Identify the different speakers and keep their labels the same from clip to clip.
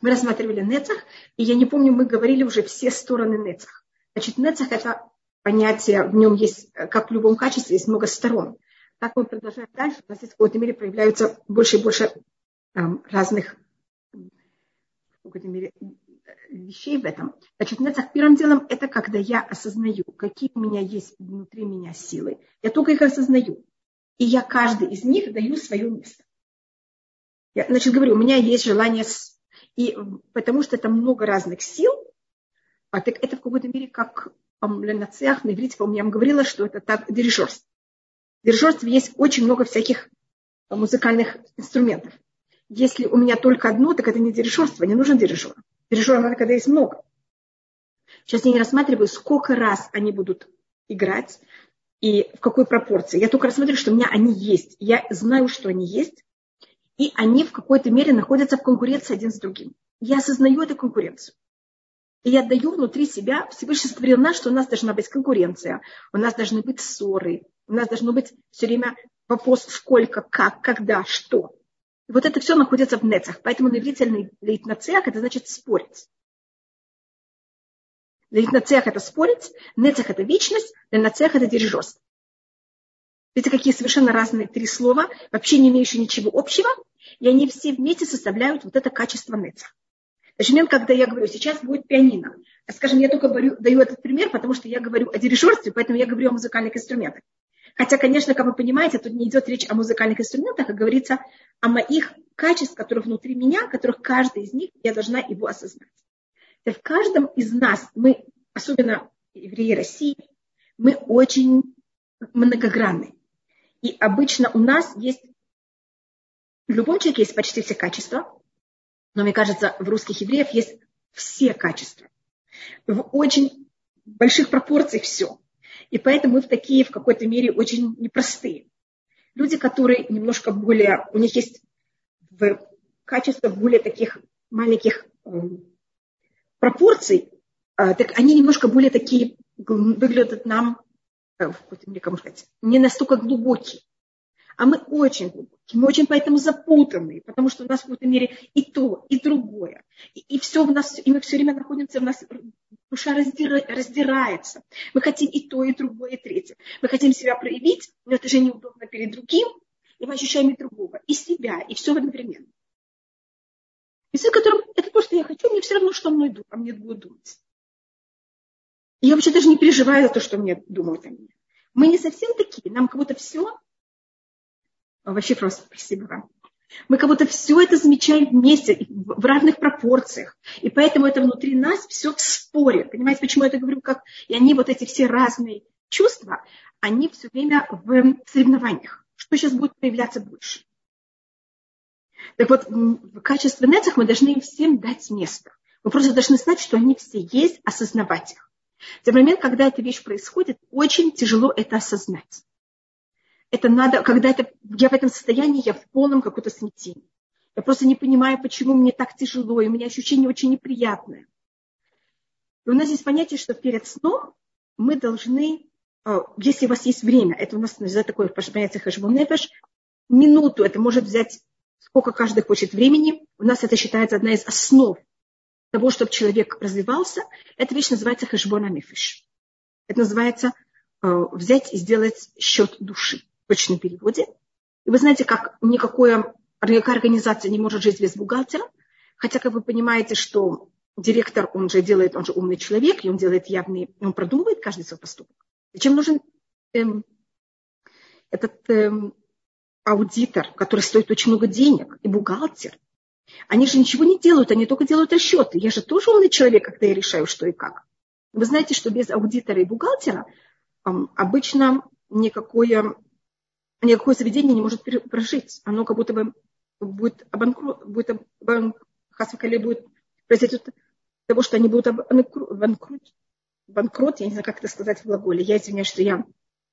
Speaker 1: Мы рассматривали нецах, и я не помню, мы говорили уже все стороны нецах. Значит, нецах – это понятие, в нем есть, как в любом качестве, есть много сторон. Так мы продолжаем дальше, у нас здесь в какой-то мере проявляются больше и больше разных в какой-то мере, вещей в этом. Значит, нецах первым делом – это когда я осознаю, какие у меня есть внутри меня силы. Я только их осознаю. И я каждый из них даю свое место. Я, значит, говорю, у меня есть желание, и потому что это много разных сил, так это в какой-то мере как ленацеах, на иврите, по-моему, я вам говорила, что это так дирижерство. В дирижерстве есть очень много всяких музыкальных инструментов. Если у меня только одно, так это не дирижерство, не нужен дирижер. Дирижера надо, когда есть много. Сейчас я не рассматриваю, сколько раз они будут играть и в какой пропорции. Я только рассматриваю, что у меня они есть. Я знаю, что они есть, и они в какой-то мере находятся в конкуренции один с другим. Я осознаю эту конкуренцию. И я отдаю внутри себя, Всевышний сотворил нас, что у нас должна быть конкуренция, у нас должны быть ссоры, у нас должно быть все время вопрос сколько, как, когда, что. И вот это все находится в нецах. Поэтому на иврите лейтнацеах это значит спорить. Лейтнацеах это спорить, нецах это вечность, лейнацеах это дирижерство. Видите, какие совершенно разные три слова, вообще не имеющие ничего общего, и они все вместе составляют вот это качество нецах. Значит, когда я говорю, сейчас будет пианино, скажем, я только даю этот пример, потому что я говорю о дирижерстве, поэтому я говорю о музыкальных инструментах. Хотя, конечно, как вы понимаете, тут не идет речь о музыкальных инструментах, а говорится о моих качествах, которые внутри меня, которых каждый из них, я должна его осознать. И в каждом из нас, мы, особенно евреи России, мы очень многогранны. И обычно у нас есть, в любом человеке есть почти все качества, но мне кажется, в русских евреев есть все качества. В очень больших пропорциях все. И поэтому мы такие в какой-то мере очень непростые. Люди, которые немножко более, у них есть в качествах более таких маленьких пропорций, так они немножко более такие выглядят нам, в какой-то мере, как можно сказать, не настолько глубокие. А мы очень глубокие, мы очень поэтому запутанные, потому что у нас в какой-то мере и то, и другое. И все в нас, и мы все время находимся, в нас душа раздирается. Мы хотим и то, и другое, и третье. Мы хотим себя проявить, но это же неудобно перед другим, и мы ощущаем и другого, и себя, и все одновременно. И все, которым это то, что я хочу, мне все равно, что мной мне будут думать. И я вообще даже не переживаю за то, что мне думают о мне. Мы не совсем такие, нам как будто все... Вообще просто спасибо вам. Мы как будто все это замечаем вместе, в разных пропорциях. И поэтому это внутри нас все в споре. Понимаете, почему я это говорю? И они вот эти все разные чувства, они все время в соревнованиях. Что сейчас будет проявляться больше? Так вот, в качестве нецах мы должны им всем дать место. Мы просто должны знать, что они все есть, осознавать их. В тот момент, когда эта вещь происходит, очень тяжело это осознать. Это надо, когда я в этом состоянии, я в полном каком-то смятении. Я просто не понимаю, почему мне так тяжело, и у меня ощущение очень неприятное. И у нас есть понятие, что перед сном мы должны, если у вас есть время, это у нас называется такое понятие хэшбон нефеш, минуту, это может взять сколько каждый хочет времени. У нас это считается одна из основ того, чтобы человек развивался. Эта вещь называется хэшбон нефеш. Это называется взять и сделать счет души. В точном переводе. И вы знаете, как никакая организация не может жить без бухгалтера, хотя, как вы понимаете, что директор, он же умный человек, и он делает явные, он продумывает каждый свой поступок. Зачем нужен этот аудитор, который стоит очень много денег, и бухгалтер? Они же ничего не делают, они только делают расчеты. Я же тоже умный человек, когда я решаю, что и как. Вы знаете, что без аудитора и бухгалтера обычно никакое заведение не может прожить. Оно как будто бы будет произойдет того, что они будут банкрот, я не знаю, как это сказать в глаголе. Я извиняюсь, что я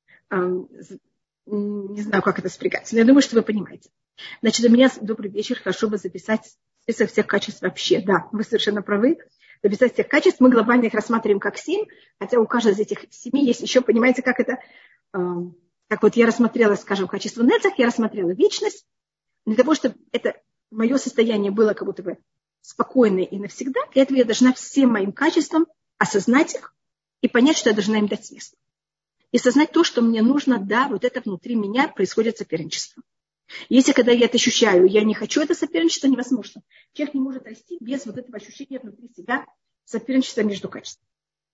Speaker 1: не знаю, как это спрягать. Но я думаю, что вы понимаете. Значит, у меня добрый вечер. Хорошо бы записать список всех качеств вообще. Да, вы совершенно правы. Записать всех качеств. Мы глобально их рассматриваем как 7, хотя у каждого из этих 7 есть еще, понимаете, как это... Так вот, я рассмотрела, скажем, качество нецах, я рассмотрела вечность, для того, чтобы это мое состояние было как будто бы спокойной и навсегда, для этого я должна всем моим качествам осознать их и понять, что я должна им дать место. И осознать то, что мне нужно, да, вот это внутри меня происходит соперничество. Если когда я это ощущаю, я не хочу это соперничество, невозможно. Человек не может расти без вот этого ощущения внутри себя соперничества между качествами.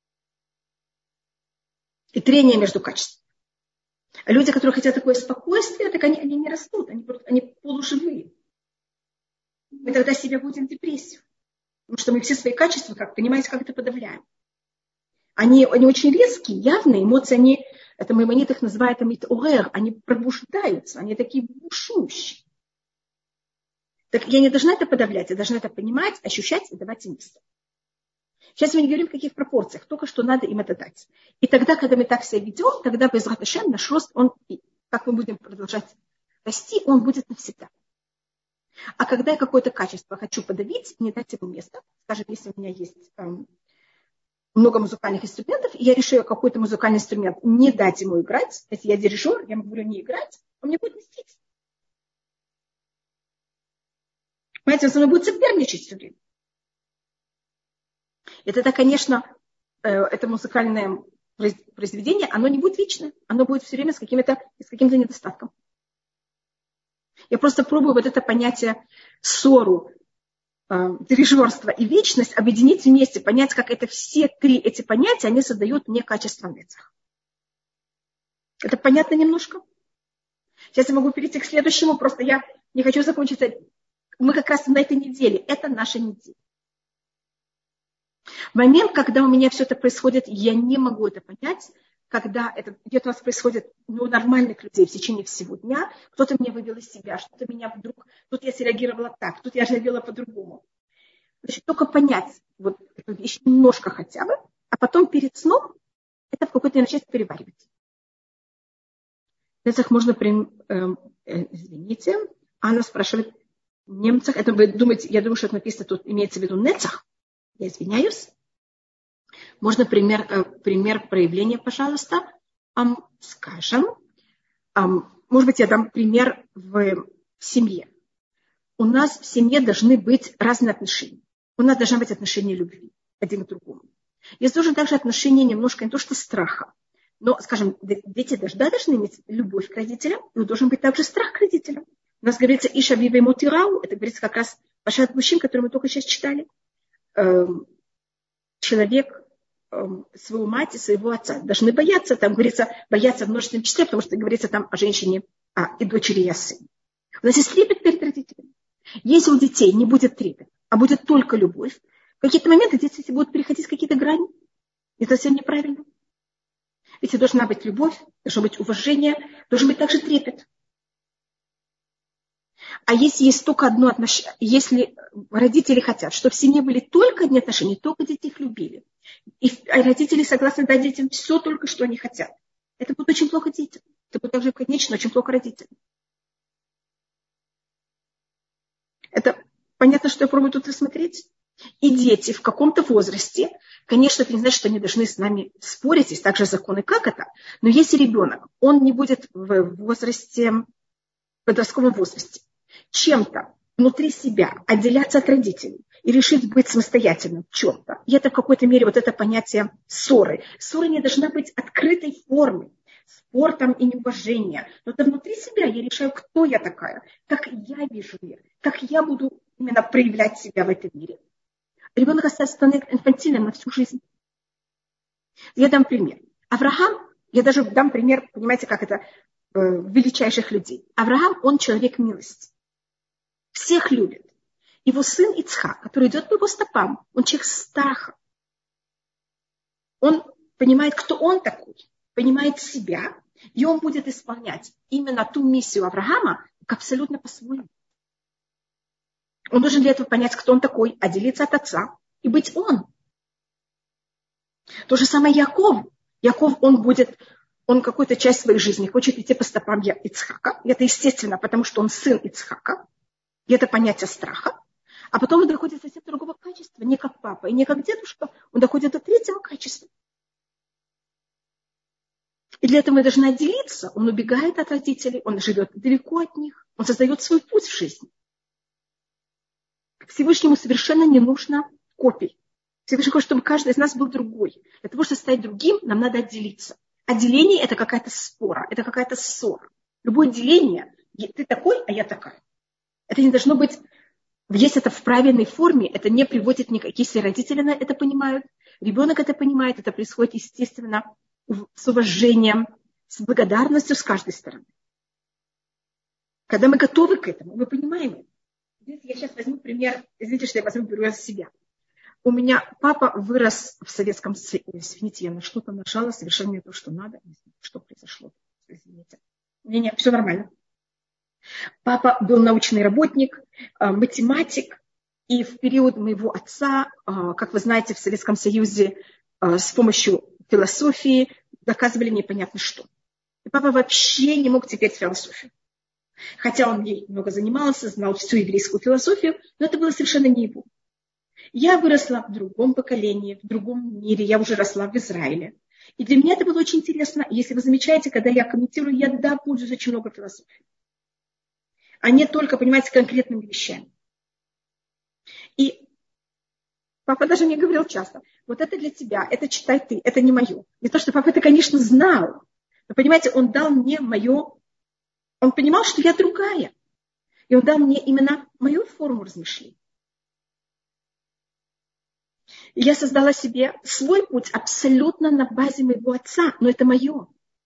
Speaker 1: И трения между качествами. А люди, которые хотят такое спокойствие, так они не растут, они полуживые. Мы тогда себя вводим в депрессию. Потому что мы все свои качества, как понимаете, как это подавляем. Они очень резкие, явные эмоции, это Маймонид их называет амит-орер, они пробуждаются, они такие бушующие. Так я не должна это подавлять, я должна это понимать, ощущать и давать им место. Сейчас мы не говорим, в каких пропорциях, только что надо им это дать. И тогда, когда мы так себя ведем, тогда Безрат Ашем, наш рост, он, как мы будем продолжать расти, он будет навсегда. А когда я какое-то качество хочу подавить, не дать ему место, скажем, если у меня есть много музыкальных инструментов, и я решаю какой-то музыкальный инструмент не дать ему играть, если я дирижер, я ему говорю не играть, он мне будет мстить. Понимаете, он со мной будет соперничать все время. И тогда, конечно, это музыкальное произведение, оно не будет вечное, оно будет все время с каким-то недостатком. Я просто пробую вот это понятие ссору, дирижерство и вечность объединить вместе, понять, как это все три эти понятия, они создают мне качество нецах. Это понятно немножко? Сейчас я могу перейти к следующему, просто я не хочу закончить. Мы как раз на этой неделе, это наша неделя. Момент, когда у меня все это происходит, я не могу это понять, когда это где-то у нас происходит у нормальных людей в течение всего дня, кто-то меня вывел из себя, что-то меня вдруг, тут я среагировала так, тут я реагировала по-другому. Значит, только понять вот эту вещь немножко хотя бы, а потом перед сном это в какой-то начать переваривать. Нецах можно извините, Анна спрашивает, немцах, это вы думаете, я думаю, что это написано тут, имеется в виду нецах, я извиняюсь. Можно пример проявления, пожалуйста. Скажем, может быть, я дам пример в семье. У нас в семье должны быть разные отношения. У нас должны быть отношения любви один к другому. Есть тоже также отношения немножко не то что страха, но, скажем, дети должны иметь любовь к родителям, и должен быть также страх к родителям. У нас говорится «Иша бивей мотирау», это говорится как раз Пашат мужчин, который мы только сейчас читали. Человек свою мать и своего отца должны бояться, там говорится, бояться в множественном числе, потому что говорится там о женщине и дочери Ясы. У нас есть трепет перед родителями. Если у детей не будет трепет, а будет только любовь, в какие-то моменты дети будут переходить какие-то грани. Это совсем неправильно. Ведь должна быть любовь, должно быть уважение, должен быть также трепет. А если есть только одно отношение, если родители хотят, чтобы в семье были только одни отношения, только дети их любили, и родители согласны дать детям все только, что они хотят, это будет очень плохо детям. Это будет также, конечно, очень плохо родителям. Это понятно, что я пробую тут рассмотреть. И дети в каком-то возрасте, конечно, это не значит, что они должны с нами спорить, есть также законы, как это. Но если ребенок, он не будет в возрасте, в подростковом возрасте, чем-то внутри себя отделяться от родителей и решить быть самостоятельным в чем-то. И это в какой-то мере вот это понятие ссоры. Ссора не должна быть открытой формой, спор там и неуважение. Но это внутри себя я решаю, кто я такая, как я вижу мир, как я буду именно проявлять себя в этом мире. Ребенок становится инфантильным на всю жизнь. Я дам пример. Авраам, я даже дам пример, понимаете, как это величайших людей. Авраам, он человек милости. Всех любит. Его сын Ицхак, который идет по его стопам, он человек страха. Он понимает, кто он такой, понимает себя, и он будет исполнять именно ту миссию Авраама абсолютно по-своему. Он должен для этого понять, кто он такой, отделиться от отца и быть он. То же самое Яков. Яков, он какую-то часть своей жизни хочет идти по стопам Ицхака. И это естественно, потому что он сын Ицхака. И это понятие страха. А потом он доходит до совсем другого качества, не как папа и не как дедушка. Он доходит до третьего качества. И для этого мы должны отделиться. Он убегает от родителей, он живет далеко от них. Он создает свой путь в жизни. Всевышнему совершенно не нужно копий. Всевышний хочет, чтобы каждый из нас был другой. Для того, чтобы стать другим, нам надо отделиться. Отделение – это какая-то спора, это какая-то ссора. Любое деление – ты такой, а я такая. Это не должно быть, если это в правильной форме, это не приводит никаких, если родители это понимают, ребенок это понимает, это происходит естественно, с уважением, с благодарностью с каждой стороны. Когда мы готовы к этому, мы понимаем это. Я сейчас возьму пример, извините, что я возьму пример себя. У меня папа вырос в Советском Союзе. Извините, я на что-то нажала, совершенно не то, что надо. Не знаю, что произошло. Извините. Не, все нормально. Папа был научный работник, математик. И в период моего отца, как вы знаете, в Советском Союзе с помощью философии доказывали непонятно что. И папа вообще не мог терпеть философию. Хотя он ей много занимался, знал всю еврейскую философию, но это было совершенно не его. Я выросла в другом поколении, в другом мире, я уже росла в Израиле. И для меня это было очень интересно. Если вы замечаете, когда я комментирую, я пользуюсь очень много философией. А не только, понимаете, конкретными вещами. И папа даже мне говорил часто, вот это для тебя, это читай ты, это не мое. Не то, что папа это, конечно, знал. Но, понимаете, он дал мне мое, он понимал, что я другая. И он дал мне именно мою форму размышлений. И я создала себе свой путь абсолютно на базе моего отца, но это мое.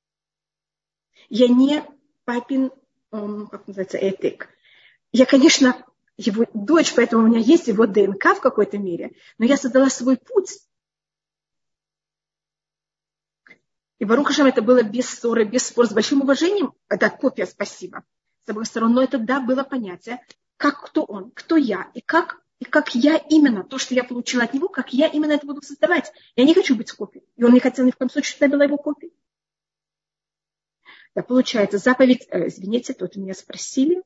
Speaker 1: Я не папин, как называется, этик. Я, конечно, его дочь, поэтому у меня есть его ДНК в какой-то мере, но я создала свой путь. И Барух Ашем это было без ссоры, без спора, с большим уважением. Это копия, спасибо. С обоих сторон. Но это, да, было понятие, как кто он, кто я, и как я именно, то, что я получила от него, как я именно это буду создавать. Я не хочу быть копией. И он не хотел ни в коем случае, чтобы я была его копией. Да, получается, заповедь, извините, тут меня спросили.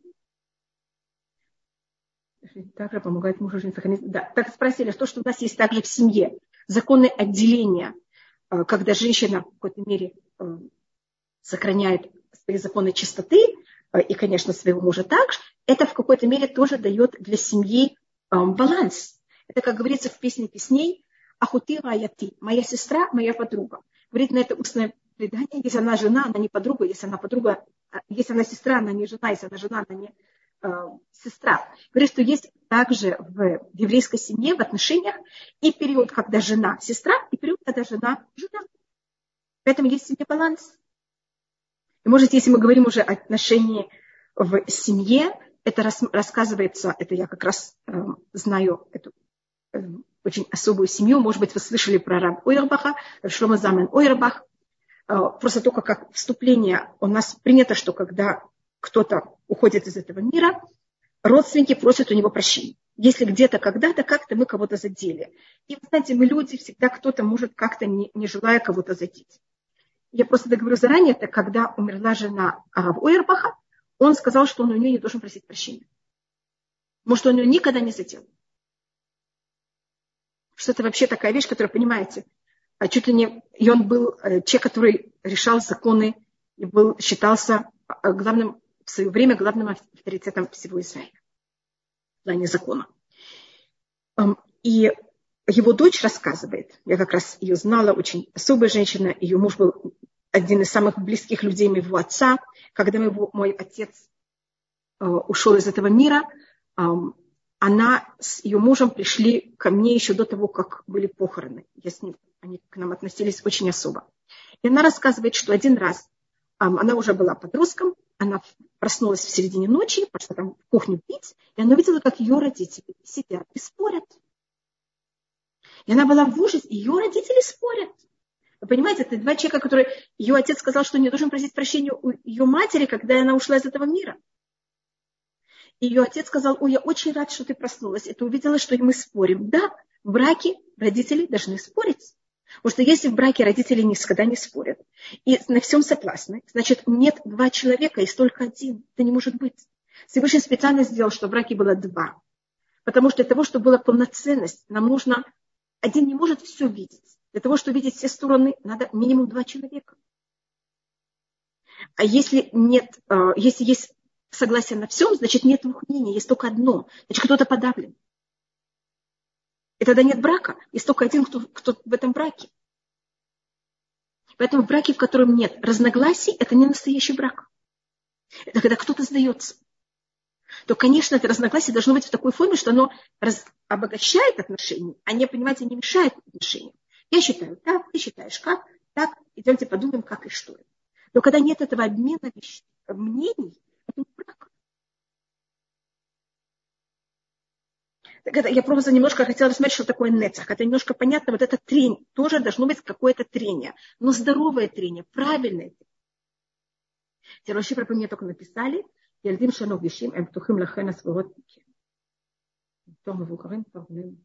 Speaker 1: Также помогает мужу жениться. Да, так спросили, то, что у нас есть также в семье. Законы отделения, когда женщина в какой-то мере сохраняет свои законы чистоты, и, конечно, своего мужа также, это в какой-то мере тоже дает для семьи баланс. Это, как говорится в песне песней, «Ахути раяти», моя сестра, моя подруга. Говорит на это устное предание, если она жена, она не подруга, если она подруга, если она сестра, она не жена, если она жена, она не сестра. Говорит, что есть также в еврейской семье, в отношениях, и период, когда жена сестра, и период, когда жена жена. Поэтому есть в семье баланс. И может, если мы говорим уже о отношении в семье, это рассказывается, это я как раз знаю эту очень особую семью. Может быть, вы слышали про Рав Ойербаха, Шломо Залман Ойербах. Просто только как вступление у нас принято, что когда кто-то уходит из этого мира, родственники просят у него прощения. Если где-то, когда-то, как-то мы кого-то задели. И, вы знаете, мы люди, всегда кто-то может как-то, не желая кого-то задеть. Я просто договорю заранее, это когда умерла жена Рава Ойербаха, он сказал, что он у нее не должен просить прощения. Может, он ее никогда не задел. Что это вообще такая вещь, которую, понимаете, чуть ли не... И он был человек, который решал законы и считался главным, в свое время главным авторитетом всего Израиля в плане закона. И его дочь рассказывает, я как раз ее знала, очень особая женщина, ее муж был один из самых близких людей моего отца. Когда мой отец ушел из этого мира, она с ее мужем пришли ко мне еще до того, как были похороны. Они к нам относились очень особо. И она рассказывает, что один раз она уже была подростком, она проснулась в середине ночи, пошла там в кухню пить, и она видела, как ее родители сидят и спорят. И она была в ужасе, ее родители спорят. Вы понимаете, это два человека, которые... Ее отец сказал, что не должен просить прощения у ее матери, когда она ушла из этого мира. И ее отец сказал: ой, я очень рад, что ты проснулась. И ты увидела, что мы спорим. Да, в браке родители должны спорить. Потому что если в браке родители никогда не спорят и на всем согласны, значит, нет два человека, есть только один. Это не может быть. Всевышний специально сделал, что в браке было два. Потому что для того, чтобы была полноценность, нам нужно... Один не может все видеть. Для того, чтобы видеть все стороны, надо минимум два человека. А если нет, если есть согласие на всем, значит, нет двух мнений, есть только одно. Значит, кто-то подавлен. И тогда нет брака. Есть только один, кто в этом браке. Поэтому в браке, в котором нет разногласий, это не настоящий брак. Это когда кто-то сдается. То, конечно, это разногласие должно быть в такой форме, что оно обогащает отношения, а не, понимаете, не мешает отношениям. Я считаю так, ты считаешь как, так, идемте подумаем, как и что это. Но когда нет этого обмена мнений, это не брак. Я просто немножко хотела рассмотреть, что такое нецах. Это немножко понятно, вот это трение. Тоже должно быть какое-то трение. Но здоровое трение, правильное трение. Теперь про мне только написали. ילדים שנוגשים הם פתוחים לכן הסברות מכם. בתור מבוגרים כבר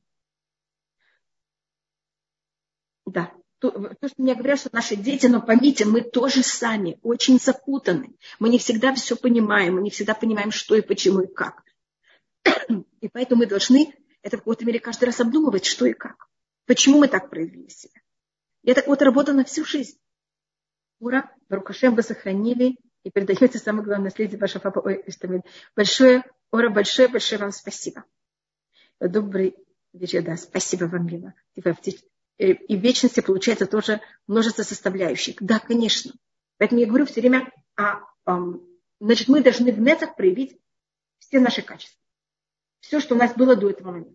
Speaker 1: Да. То, что мне говорят, что наши дети, но поймите, мы тоже сами очень запутаны. Мы не всегда все понимаем, мы не всегда понимаем, что и почему и как. И поэтому мы должны это в какой-то мере каждый раз обдумывать, что и как. Почему мы так проявили себя. Я так вот работала всю жизнь. Ура, Барух-Ашем, вы сохранили и передаете самое главное наследие вашего папа. Большое, Ора, большое вам спасибо. Добрый вечер, да, спасибо вам, Мила. И в вечности, получается, тоже множество составляющих. Да, конечно. Поэтому я говорю все время, значит, мы должны в нецах проявить все наши качества. Все, что у нас было до этого момента.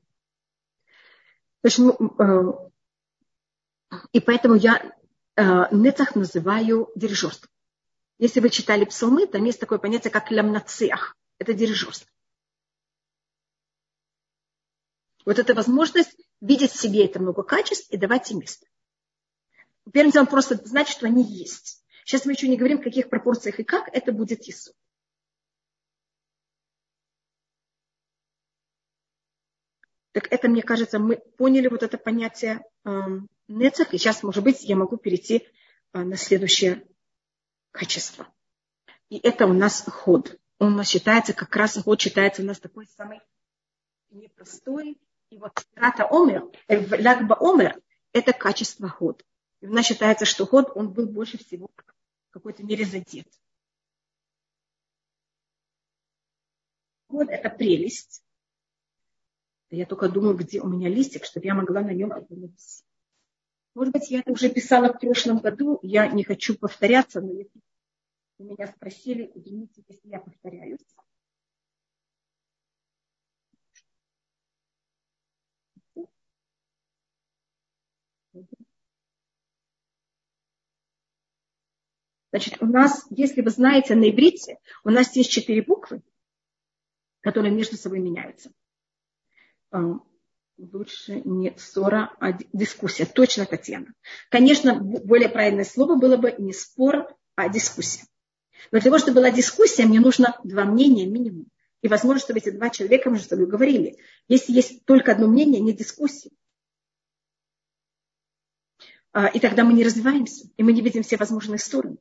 Speaker 1: И поэтому я нецах называю дирижерством. Если вы читали псалмы, там есть такое понятие, как лямнацеах. Это дирижерство. Вот эта возможность видеть в себе это много качеств и давать им место. Первым делом просто знать, что они есть. Сейчас мы еще не говорим, в каких пропорциях и как это будет Иисус. Так это, мне кажется, мы поняли вот это понятие нецах. И сейчас, может быть, я могу перейти на следующее качество. И это у нас ход. Он у нас считается, как раз ход считается у нас такой самый непростой. И вот Рата Омер, Лагба Омер, это качество ход. И у нас считается, что ход, он был больше всего в какой-то мере задет. Ход – это прелесть. Я только думаю, где у меня листик, чтобы я могла на нем это написать. Может быть, я это уже писала в прошлом году, я не хочу повторяться, но если вы меня спросили, извините, если я повторяюсь. Значит, у нас, если вы знаете, на иврите у нас есть 4 буквы, которые между собой меняются. Лучше не ссора, а дискуссия. Точно, Татьяна. Конечно, более правильное слово было бы не спор, а дискуссия. Но для того, чтобы была дискуссия, мне нужно 2 мнения минимум. И возможно, чтобы эти 2 человека между собой говорили. Если есть только одно мнение, нет дискуссии. И тогда мы не развиваемся, и мы не видим все возможные стороны.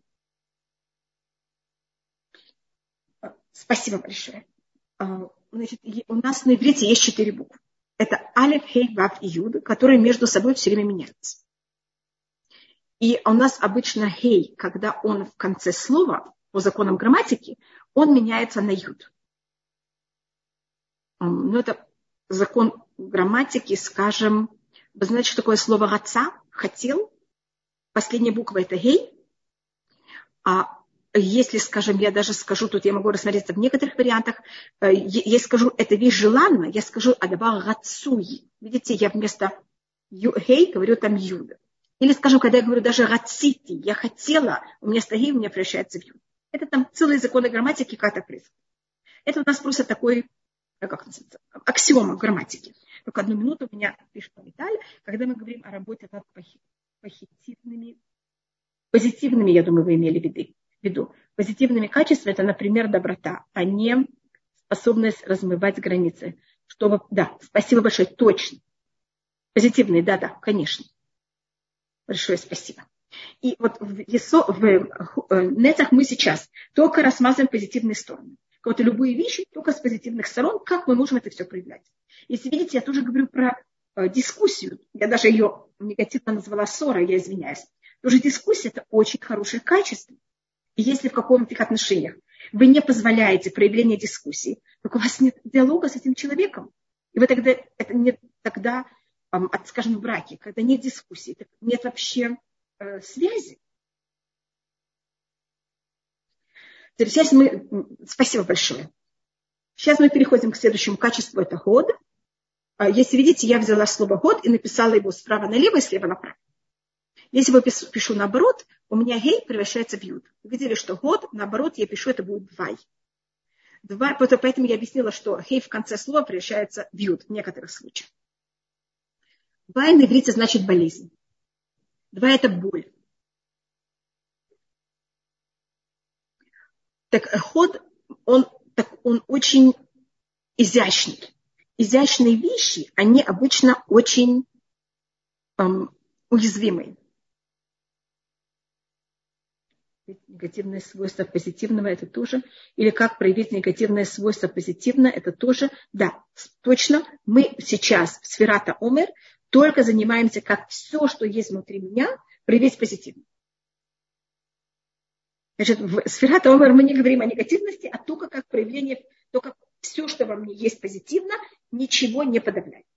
Speaker 1: Спасибо большое. Значит, у нас на иврите есть 4 буквы. Это алеф, хей, вав и юд, которые между собой все время меняются. И у нас обычно хей, когда он в конце слова, по законам грамматики, он меняется на юд. Но это закон грамматики, скажем, вы знаете, что такое слово «раца», «хотел». Последняя буква – это хей. А если, скажем, я даже скажу, тут я могу рассмотреться в некоторых вариантах, я скажу, это вещь желанная, я скажу «адабар рацуй». Видите, я вместо «хей» говорю там «юд». Или, скажем, когда я говорю даже «рацити», я хотела, вместо «хей» у меня превращается в «юд». Это там целые законы грамматики, как это происходит. Это у нас просто такой, как называется, аксиома грамматики. Только 1 минуту у меня пишет Виталий, когда мы говорим о работе над позитивными, я думаю, вы имели в виду. Позитивными качествами это, например, доброта, а не способность размывать границы. Чтобы, да, спасибо большое, точно. Позитивные, да, конечно. Большое спасибо. И вот в нецах мы сейчас только рассматриваем позитивные стороны. Вот любые вещи только с позитивных сторон, как мы можем это все проявлять. Если видите, я тоже говорю про дискуссию. Я даже ее негативно назвала ссора, я извиняюсь. Тоже дискуссия – это очень хорошее качество. И если в каких-то отношениях вы не позволяете проявления дискуссии, то у вас нет диалога с этим человеком. И вы тогда скажем, в браке, когда нет дискуссий, нет вообще связи. Сейчас спасибо большое. Сейчас мы переходим к следующему качеству, это год. Если видите, я взяла слово год и написала его справа налево и слева направо. Если я пишу наоборот, у меня гей превращается в юд. Вы видели, что год, наоборот, я пишу, это будет двай. Поэтому я объяснила, что гей в конце слова превращается в юд в некоторых случаях. Двай на иврите значит болезнь. Два – это боль. Так ход, он очень изящный. Изящные вещи, они обычно очень уязвимые. Негативное свойство позитивного – это тоже. Или как проявить негативное свойство позитивно – это тоже. Да, точно. Мы сейчас в Сфират ха-Омер только занимаемся, как все, что есть внутри меня, проявить позитивно. Значит, в Сфират ха-Омер мы не говорим о негативности, а только как проявление, только все, что во мне есть позитивно, ничего не подавляет.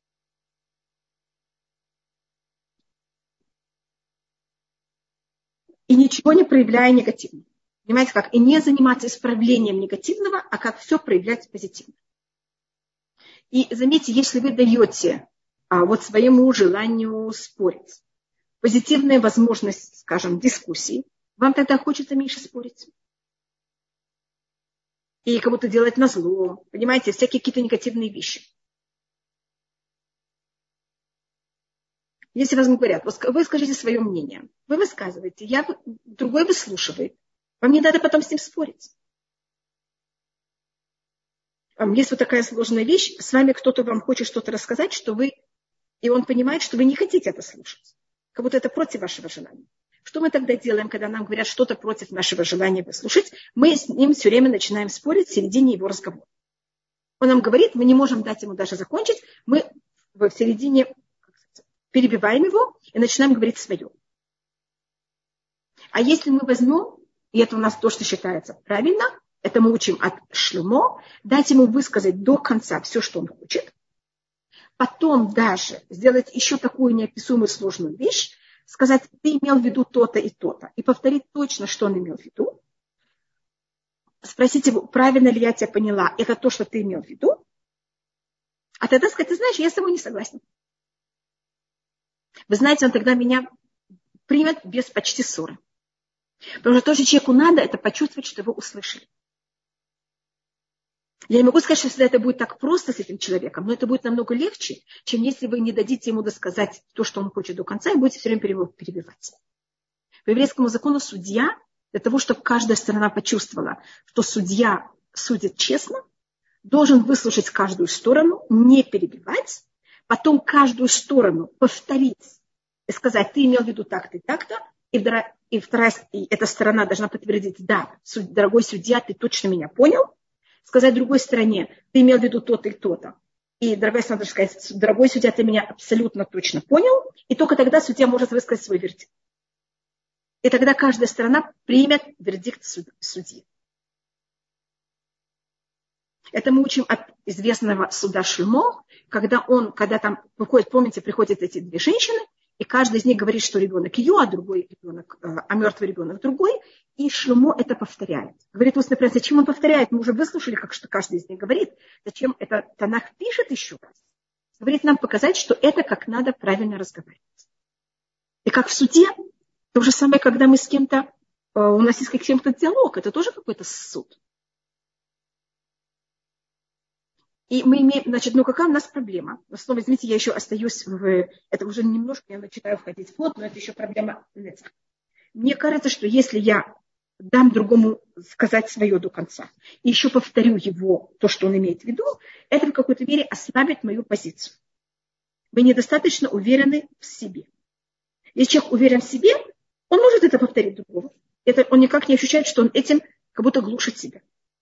Speaker 1: И ничего не проявляя негативно. Понимаете как? И не заниматься исправлением негативного, а как все проявлять позитивно. И заметьте, если вы даете своему желанию спорить, позитивная возможность, скажем, дискуссии, вам тогда хочется меньше спорить. И кому-то делать назло, понимаете, всякие какие-то негативные вещи. Если вам говорят, вы скажите свое мнение, вы высказываете, другой выслушивает, вам не надо потом с ним спорить. Есть вот такая сложная вещь, с вами кто-то вам хочет что-то рассказать, и он понимает, что вы не хотите это слушать. Как будто это против вашего желания. Что мы тогда делаем, когда нам говорят что-то против нашего желания выслушать? Мы с ним все время начинаем спорить в середине его разговора. Он нам говорит, мы не можем дать ему даже закончить, мы в середине перебиваем его и начинаем говорить свое. А если мы возьмем, и это у нас то, что считается правильно, это мы учим от Шломо, дать ему высказать до конца все, что он хочет, потом даже сделать еще такую неописуемую сложную вещь, сказать, ты имел в виду то-то и то-то, и повторить точно, что он имел в виду, спросить его, правильно ли я тебя поняла, это то, что ты имел в виду, а тогда сказать, ты знаешь, я с тобой не согласна. Вы знаете, он тогда меня примет без почти ссоры. Потому что то, что человеку надо, это почувствовать, что его услышали. Я не могу сказать, что всегда это будет так просто с этим человеком, но это будет намного легче, чем если вы не дадите ему досказать то, что он хочет до конца, и будете все время перебивать. По еврейскому закону судья, для того, чтобы каждая сторона почувствовала, что судья судит честно, должен выслушать каждую сторону, не перебивать, потом каждую сторону повторить и сказать, ты имел в виду так-то и так-то, и эта сторона должна подтвердить, да, дорогой судья, ты точно меня понял. Сказать другой стороне, ты имел в виду то-то и то-то. И дорогая сторона должна сказать, дорогой судья, ты меня абсолютно точно понял. И только тогда судья может высказать свой вердикт. И тогда каждая сторона примет вердикт судьи. Это мы учим от известного суда Шломо, когда там выходит, помните, приходят эти две женщины, и каждый из них говорит, что ребенок ее, а мертвый ребенок другой, и Шломо это повторяет. Говорит устный принц, зачем он повторяет? Мы уже выслушали, что каждый из них говорит. Зачем это Танах пишет еще раз? Говорит нам показать, что это как надо правильно разговаривать. И как в суде, то же самое, когда мы с кем-то, у нас есть с кем-то диалог, это тоже какой-то суд. И мы имеем, какая у нас проблема? Снова, извините, я еще остаюсь это уже немножко, я начинаю входить в плод, но это еще проблема. Мне кажется, что если я дам другому сказать свое до конца, и еще повторю его, то, что он имеет в виду, это в какой-то мере ослабит мою позицию. Вы недостаточно уверены в себе. Если человек уверен в себе, он может это повторить другому. Он никак не ощущает, что он этим как будто глушит себя.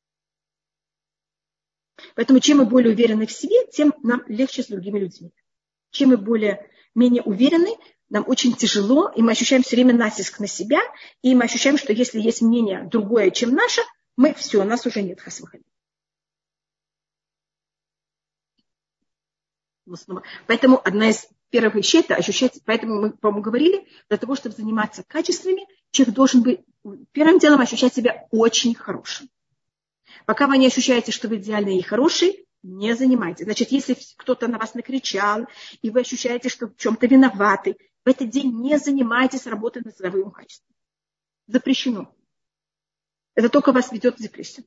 Speaker 1: Поэтому чем мы более уверены в себе, тем нам легче с другими людьми. Чем мы менее уверены, нам очень тяжело, и мы ощущаем все время натиск на себя, и мы ощущаем, что если есть мнение другое, чем наше, нас уже нет хас вахалим. Поэтому одна из первых вещей – это ощущать, поэтому мы, по-моему, говорили, для того, чтобы заниматься качествами, человек должен быть первым делом ощущать себя очень хорошим. Пока вы не ощущаете, что вы идеальный и хороший, не занимайтесь. Значит, если кто-то на вас накричал, и вы ощущаете, что в чем-то виноваты, в этот день не занимайтесь работой над своим качеством. Запрещено. Это только вас ведет в депрессию.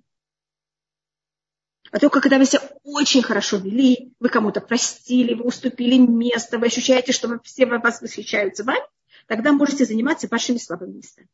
Speaker 1: А только когда вы себя очень хорошо вели, вы кому-то простили, вы уступили место, вы ощущаете, что все вас восхищаются вами, тогда можете заниматься вашими слабыми местами.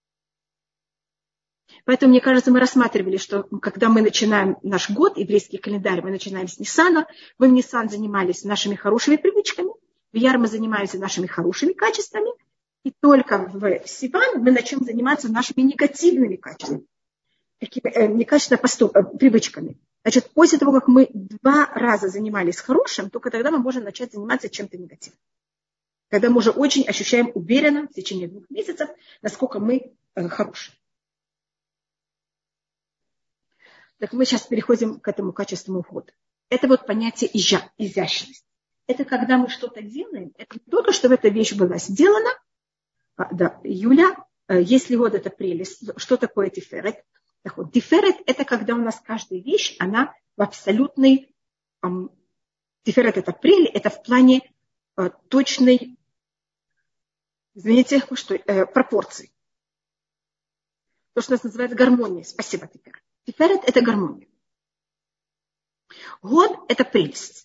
Speaker 1: Поэтому, мне кажется, мы рассматривали, что когда мы начинаем наш год, еврейский календарь, мы начинаем с Ниссана, мы в Ниссан занимались нашими хорошими привычками, в Яр мы занимаемся нашими хорошими качествами, и только в Сиван мы начнем заниматься нашими негативными качествами, некачественными привычками. Значит, после того, как мы 2 раза занимались хорошим, только тогда мы можем начать заниматься чем-то негативным. Когда мы уже очень ощущаем уверенно в течение 2 месяцев, насколько мы хорошие. Так мы сейчас переходим к этому качественному входу. Это вот понятие изящность. Это когда мы что-то делаем, это не только, чтобы эта вещь была сделана. Да, Юля, если вот это прелесть, что такое тиферет? Так вот, тиферет – это когда у нас каждая вещь, она в абсолютной… Тиферет – это прелесть, это в плане точной, извините, пропорций. То, что у нас называется гармонией. Спасибо, Тиферет. Тиферет – это гармония. Год – это прелесть.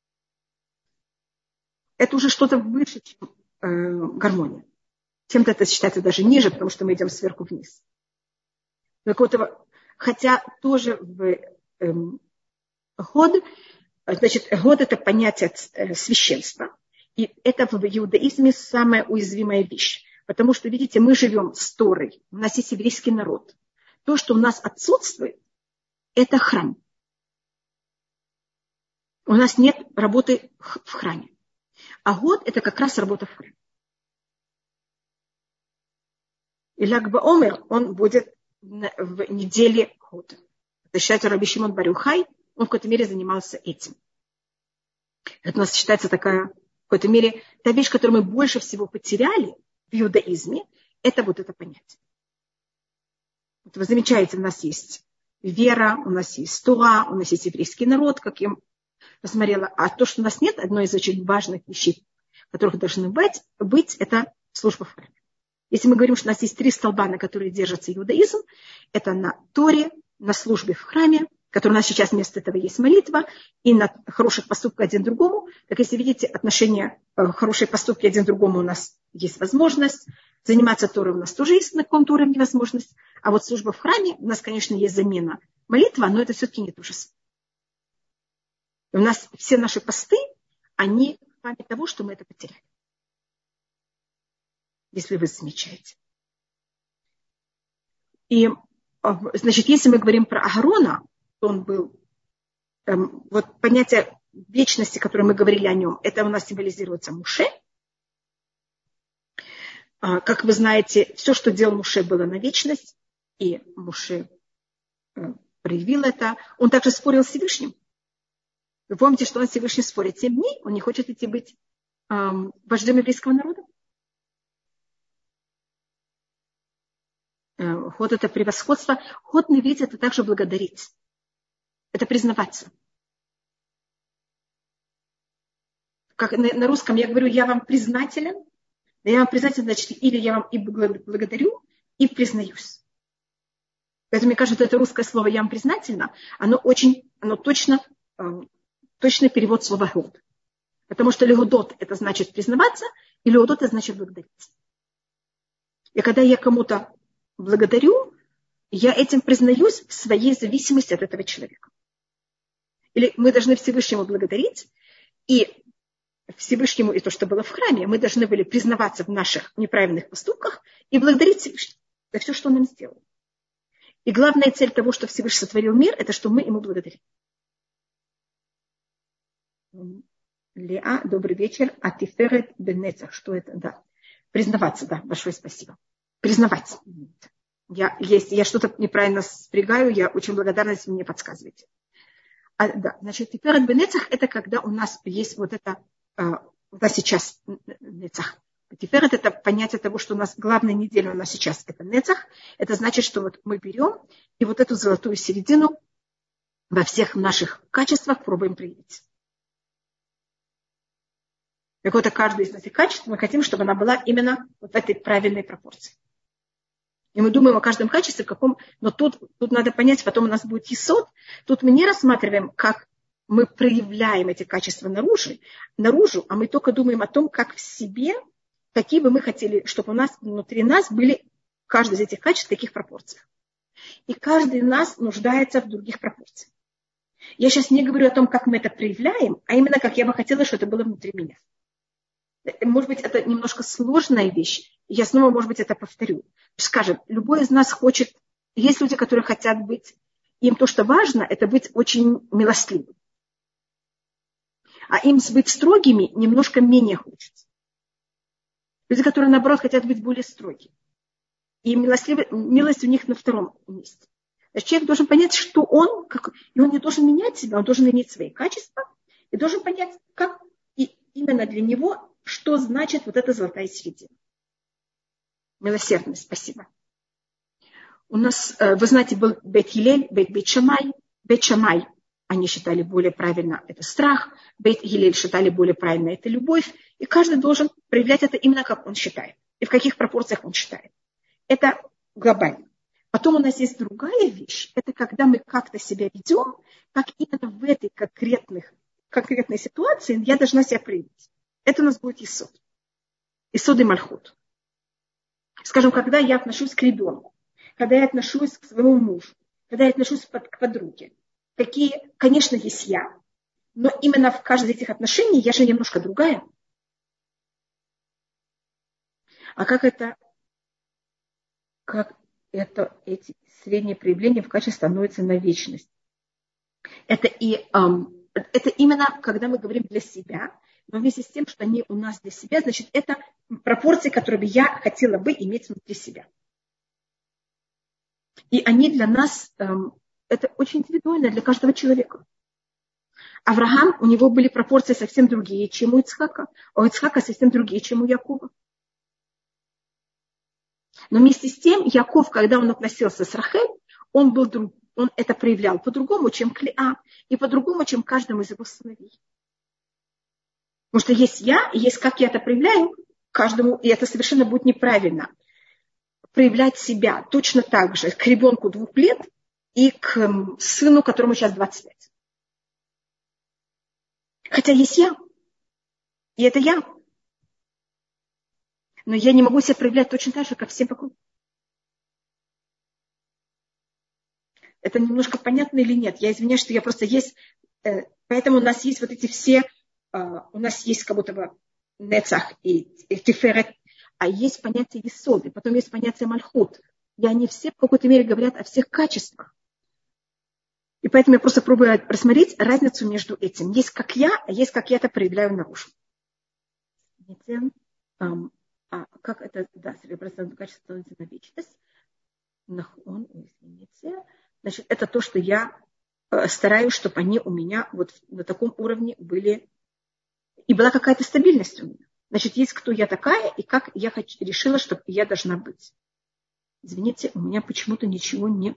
Speaker 1: Это уже что-то выше, чем гармония. Чем-то это считается даже ниже, потому что мы идем сверху вниз. Хотя тоже в год, значит, год – это понятие священства. И это в иудаизме самая уязвимая вещь. Потому что, видите, мы живем с Торой, у нас есть еврейский народ. То, что у нас отсутствует, это храм. У нас нет работы в храме. А год – это как раз работа в храме. И Lag BaOmer, он будет в неделе года. Это считается Раби Шимон бар Йохай, он в какой-то мере занимался этим. Это у нас считается такая, в какой-то мере, та вещь, которую мы больше всего потеряли в иудаизме, это вот это понятие. Вот вы замечаете, у нас есть вера, у нас есть Тора, у нас есть еврейский народ, как я посмотрела. А то, что у нас нет, одной из очень важных вещей, которых должны быть, это служба в храме. Если мы говорим, что у нас есть 3 столба, на которые держится иудаизм, это на Торе, на службе в храме, которая у нас сейчас вместо этого есть молитва, и на хороших поступках один другому. Так если видите, отношения, хорошие поступки один другому у нас есть возможность. Заниматься Торой у нас тоже есть на каком-то уровне возможность. А вот служба в храме, у нас, конечно, есть замена молитва, но это все-таки не то же самое. У нас все наши посты, они в память того, что мы это потеряли. Если вы замечаете. И, значит, если мы говорим про Аарона, то он был, вот понятие вечности, которое мы говорили о нем, это у нас символизируется Моше. Как вы знаете, все, что делал Моше, было на вечность, и Моше проявил это. Он также спорил с Всевышним. Вы помните, что он с Всевышним спорит 7 дней, он не хочет идти быть вождем еврейского народа. Ход – это превосходство. Ход на иврите – это также благодарить. Это признаваться. Как на русском я говорю, я вам признателен. Я вам признателен, значит, или я вам и благодарю, и признаюсь. Поэтому мне кажется, это русское слово «я вам признательна», оно точный перевод слова «год». Потому что леудот – это значит признаваться, и леудот – это значит благодарить. И когда я кому-то благодарю, я этим признаюсь в своей зависимости от этого человека. Или мы должны Всевышнему благодарить, и Всевышнему и то, что было в храме, мы должны были признаваться в наших неправильных поступках и благодарить Всевышнего за все, что он нам сделал. И главная цель того, что Всевышний сотворил мир, это что мы ему благодарим. Леа, добрый вечер. Атиферет бенецах. Что это? Да. Признаваться, да. Большое спасибо. Признавать. Если я что-то неправильно спрягаю, я очень благодарна, если вы мне подсказываете. Да, значит, тиферет бенецах – это когда у нас есть вот это, у нас сейчас нецах. Тиферет – это понятие того, что у нас главная неделя у нас сейчас – это нецах. Это значит, что вот мы берем и вот эту золотую середину во всех наших качествах пробуем проявить. Какое-то каждое из этих качеств мы хотим, чтобы она была именно вот в этой правильной пропорции. И мы думаем о каждом качестве, каком, но тут надо понять, потом у нас будет есод. Тут мы не рассматриваем, как мы проявляем эти качества наружу, а мы только думаем о том, как в себе, какие бы мы хотели, чтобы у нас внутри нас были каждый из этих качеств в таких пропорциях. И каждый из нас нуждается в других пропорциях. Я сейчас не говорю о том, как мы это проявляем, а именно как я бы хотела, чтобы это было внутри меня. Может быть, это немножко сложная вещь. Я снова, может быть, это повторю. Скажем, любой из нас хочет... Есть люди, которые хотят быть... Им то, что важно, это быть очень милостливым. А им быть строгими немножко менее хочется. Люди, которые, наоборот, хотят быть более строгими. И милость у них на втором месте. Значит, человек должен понять, что он... И он не должен менять себя, он должен иметь свои качества. И должен понять, как и именно для него... Что значит вот эта золотая середина? Милосердность, спасибо. У нас, вы знаете, был Бейт Гилель, Бейт Шамай. Бейт Шамай, они считали более правильно, это страх. Бейт Гилель считали более правильно, это любовь. И каждый должен проявлять это именно как он считает. И в каких пропорциях он считает. Это глобально. Потом у нас есть другая вещь. Это когда мы как-то себя ведем, как именно в этой конкретной ситуации я должна себя проявить. Это у нас будет есод. Есод и мальхут. Скажем, когда я отношусь к ребенку, когда я отношусь к своему мужу, когда я отношусь к подруге. Какие, конечно, есть я, но именно в каждом из этих отношений я же немножко другая. А как эти средние проявления в качестве становятся на вечность? Это именно, когда мы говорим для себя, но вместе с тем, что они у нас для себя, значит, это пропорции, которые бы я хотела бы иметь внутри себя. И они для нас, это очень индивидуально для каждого человека. Авраам, у него были пропорции совсем другие, чем у Ицхака, а у Ицхака совсем другие, чем у Якова. Но вместе с тем, Яков, когда он относился с Рахель, он это проявлял по-другому, чем к Леа, и по-другому, чем каждому из его сыновей. Потому что есть я, и есть как я это проявляю каждому, и это совершенно будет неправильно. Проявлять себя точно так же к ребенку 2 лет и к сыну, которому сейчас 20 лет. Хотя есть я, и это я. Но я не могу себя проявлять точно так же, как все вокруг. Это немножко понятно или нет? Я извиняюсь, что я просто есть... Поэтому у нас есть вот эти все... У нас есть как будто бы нецах и тиферет, а есть понятие есод, и потом есть понятие мальхут. И они все в какой-то мере говорят о всех качествах. И поэтому я просто пробую рассмотреть разницу между этим. Есть как я, а есть как я это проявляю наружу. Как это, да, среброзолотое качество становится на вечность. Извините. Значит, это то, что я стараюсь, чтобы они у меня вот на таком уровне были. И была какая-то стабильность у меня. Значит, есть кто я такая, и как я решила, чтобы я должна быть. Извините, у меня почему-то ничего не...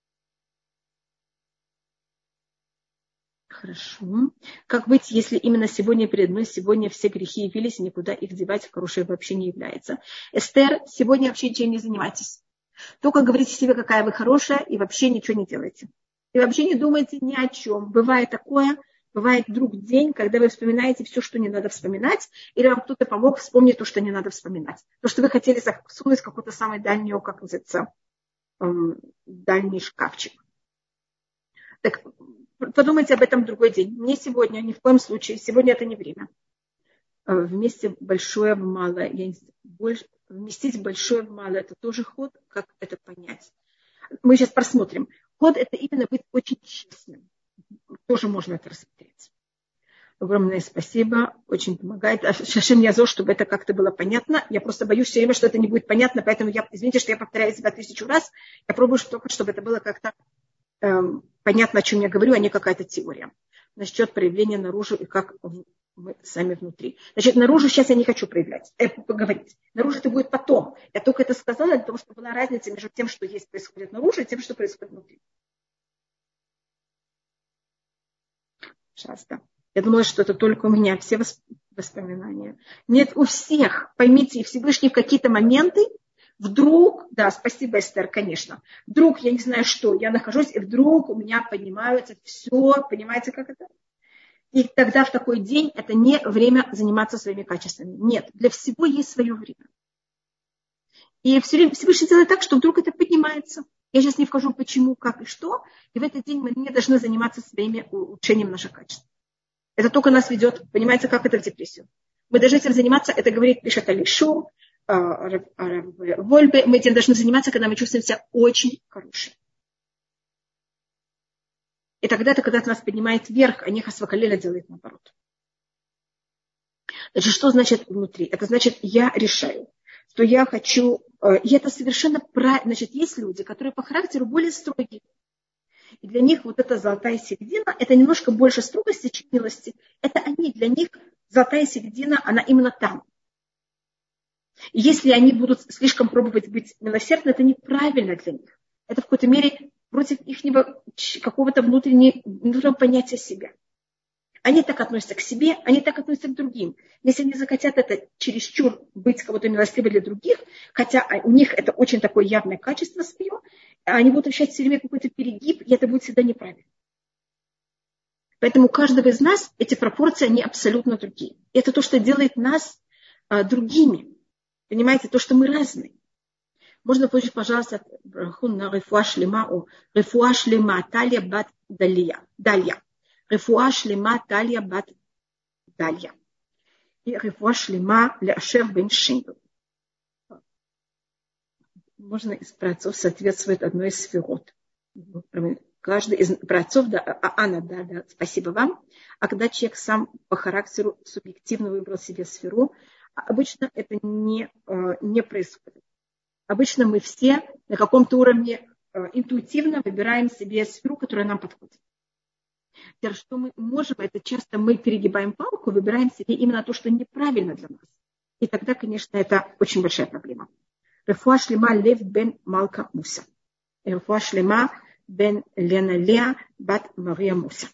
Speaker 1: Хорошо. Как быть, если именно сегодня перед мной, сегодня все грехи явились, и никуда их девать хорошее вообще не является? Эстер, сегодня вообще ничем не занимайтесь. Только говорите себе, какая вы хорошая, и вообще ничего не делайте. И вообще не думайте ни о чем. Бывает такое... Бывает вдруг день, когда вы вспоминаете все, что не надо вспоминать, или вам кто-то помог вспомнить то, что не надо вспоминать. То, что вы хотели засунуть в какой-то самый дальний, как называется, дальний шкафчик. Так, подумайте об этом в другой день. Не сегодня, ни в коем случае. Сегодня это не время. Вместе большое в малое. Вместить большое в малое – это тоже ход. Как это понять? Мы сейчас просмотрим. Ход – это именно быть очень честным. Тоже можно это рассмотреть. Огромное спасибо, очень помогает. Шашем Язо, чтобы это как-то было понятно. Я просто боюсь все время, что это не будет понятно, поэтому извините, что я повторяю себя 1000 раз. Я пробую только, чтобы это было как-то понятно, о чем я говорю, а не какая-то теория. Насчет проявления наружу и как мы сами внутри. Значит, наружу сейчас я не хочу поговорить. Наружу это будет потом. Я только это сказала, для того, чтобы была разница между тем, что есть происходит наружу, и тем, что происходит внутри. Пожалуйста. Я думала, что это только у меня все воспоминания. Нет, у всех. Поймите, Всевышний в какие-то моменты вдруг, да, спасибо, Эстер, конечно, вдруг, я не знаю что, я нахожусь, и вдруг у меня поднимаются все, понимаете, как это? И тогда в такой день это не время заниматься своими качествами. Нет, для всего есть свое время. И Всевышний делает так, что вдруг это поднимается. Я сейчас не вхожу, почему, как и что. И в этот день мы не должны заниматься своими улучшением наших качеств. Это только нас ведет, понимаете, как это в депрессию. Мы должны этим заниматься, это говорит, пишет Алишу, Вольбе, мы этим должны заниматься, когда мы чувствуем себя очень хорошими. И тогда это, когда это нас поднимает вверх, а не Хасвакалеля делает наоборот. Значит, что значит внутри? Это значит, я решаю, что я хочу, и это совершенно правильно. Значит, есть люди, которые по характеру более строгие. И для них вот эта золотая середина, это немножко больше строгости, чем милости. Это они, для них золотая середина, она именно там. И если они будут слишком пробовать быть милосердны, это неправильно для них. Это в какой-то мере против их какого-то внутреннего понятия себя. Они так относятся к себе, они так относятся к другим. Если они захотят это чересчур быть кого-то милостивым для других, хотя у них это очень такое явное качество свое, они будут ощущать все время какой-то перегиб, и это будет всегда неправильно. Поэтому у каждого из нас эти пропорции, они абсолютно другие. И это то, что делает нас другими. Понимаете, то, что мы разные. Можно получить, пожалуйста, браху на рефуа шлема Талия бат Далья. Рефуа шлема Талия бат Далья. И рефуа шлема Леашер бен Шингл. Можно из праотцов соответствует одной из сферот. Каждый из праотцов, да, Анна, да, спасибо вам. А когда человек сам по характеру субъективно выбрал себе сферу, обычно это не происходит. Обычно мы все на каком-то уровне интуитивно выбираем себе сферу, которая нам подходит. Что мы можем, это часто мы перегибаем палку, выбираем себе именно то, что неправильно для нас. И тогда, конечно, это очень большая проблема. Рефуа шлема Лев бен Малка Муса. Рефуа шлема бен Лена Леа бат Мария Муса.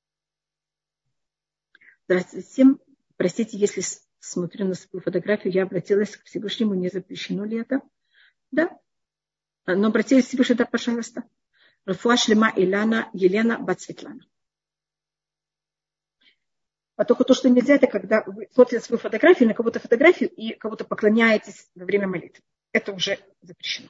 Speaker 1: Здравствуйте всем. Простите, если смотрю на свою фотографию, я обратилась к Всевышнему, не запрещено ли это? Да. Но обратилась к Всевышнему, да, пожалуйста. Рефуа шлема Илана Елена бат Светлана. А только то, что нельзя, это когда вы смотрите свою фотографию, на кого-то фотографию и кого-то поклоняетесь во время молитвы. Это уже запрещено.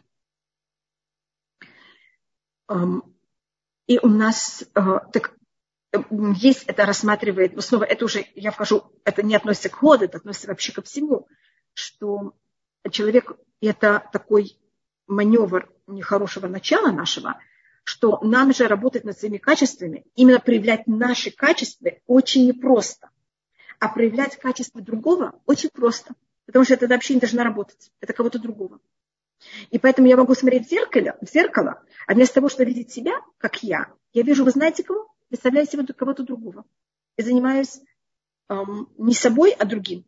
Speaker 1: И у нас так, есть, это рассматривает, но снова это уже, я вхожу, это не относится к году, это относится вообще ко всему, что человек, это такой маневр нехорошего начала нашего, что нам же работать над своими качествами, именно проявлять наши качества очень непросто. А проявлять качество другого очень просто. Потому что это вообще не должна работать. Это кого-то другого. И поэтому я могу смотреть в зеркало, а вместо того, чтобы видеть себя, как я вижу, вы знаете кого? Представляю себе кого-то другого. И занимаюсь не собой, а другим.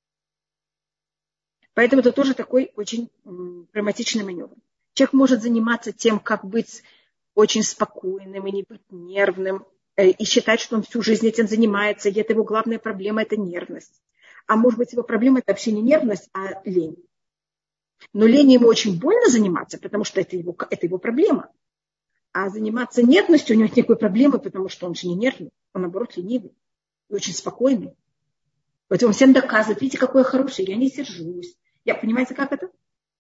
Speaker 1: Поэтому это тоже такой очень прагматичный маневр. Человек может заниматься тем, как быть очень спокойным и не быть нервным, и считать, что он всю жизнь этим занимается, и это его главная проблема – это нервность. А может быть, его проблема – это вообще не нервность, а лень. Но лень ему очень больно заниматься, потому что это его проблема. А заниматься нервностью у него нет никакой проблемы, потому что он же не нервный, он, наоборот, ленивый и очень спокойный. Поэтому он всем доказывает, видите, какой я хороший, я не сержусь. Понимаете, как это?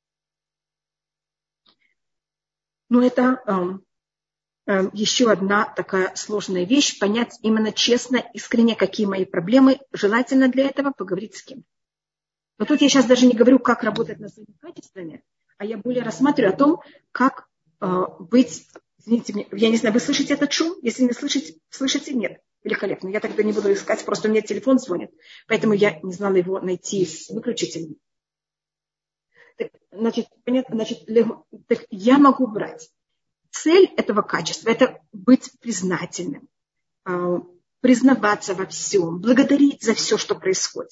Speaker 1: Но это еще одна такая сложная вещь, понять именно честно, искренне, какие мои проблемы. Желательно для этого поговорить с кем. Но тут я сейчас даже не говорю, как работать над своими качествами, а я более рассматриваю о том, как быть, извините меня, я не знаю, вы слышите этот шум? Если не слышите, нет. Великолепно. Я тогда не буду искать, просто у меня телефон звонит, поэтому я не знала его найти с выключителем. Так, значит, понятно, так я могу брать цель этого качества – это быть признательным, признаваться во всем, благодарить за все, что происходит.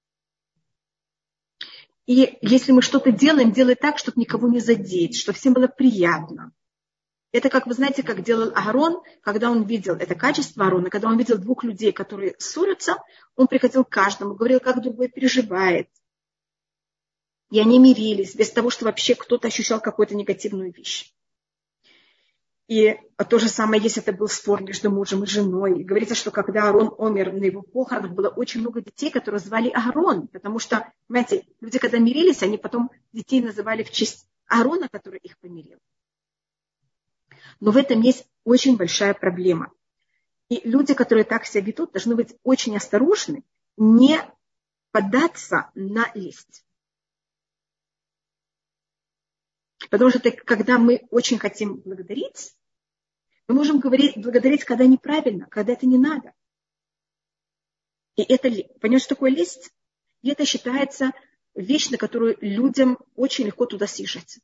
Speaker 1: И если мы что-то делаем, делать так, чтобы никого не задеть, чтобы всем было приятно. Это, как вы знаете, как делал Аарон, когда он видел это качество Аарона, когда он видел двух людей, которые ссорятся, он приходил к каждому, говорил, как другой переживает. И они мирились, без того, что вообще кто-то ощущал какую-то негативную вещь. И то же самое, если это был спор между мужем и женой. И говорится, что когда Аарон умер, на его похоронах было очень много детей, которые звали Аарон. Потому что, понимаете, люди, когда мирились, они потом детей называли в честь Аарона, который их помирил. Но в этом есть очень большая проблема. И люди, которые так себя ведут, должны быть очень осторожны, не поддаться на лесть. Потому что когда мы очень хотим благодарить, мы можем благодарить, когда неправильно, когда это не надо. И это, понимаете, что такое лесть? И это считается вещь, на которую людям очень легко туда съезжать.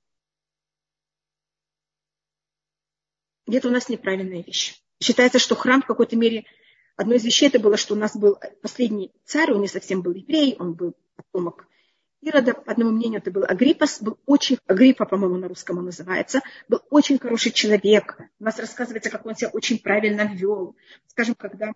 Speaker 1: И это у нас неправильная вещь. Считается, что храм в какой-то мере, одной из вещей это было, что у нас был последний царь, он не совсем был еврей, он был потомок Ирода, по одному мнению, это был Агриппас, Агриппа, по-моему, на русском он называется, был очень хороший человек. У нас рассказывается, как он себя очень правильно вел. Скажем, когда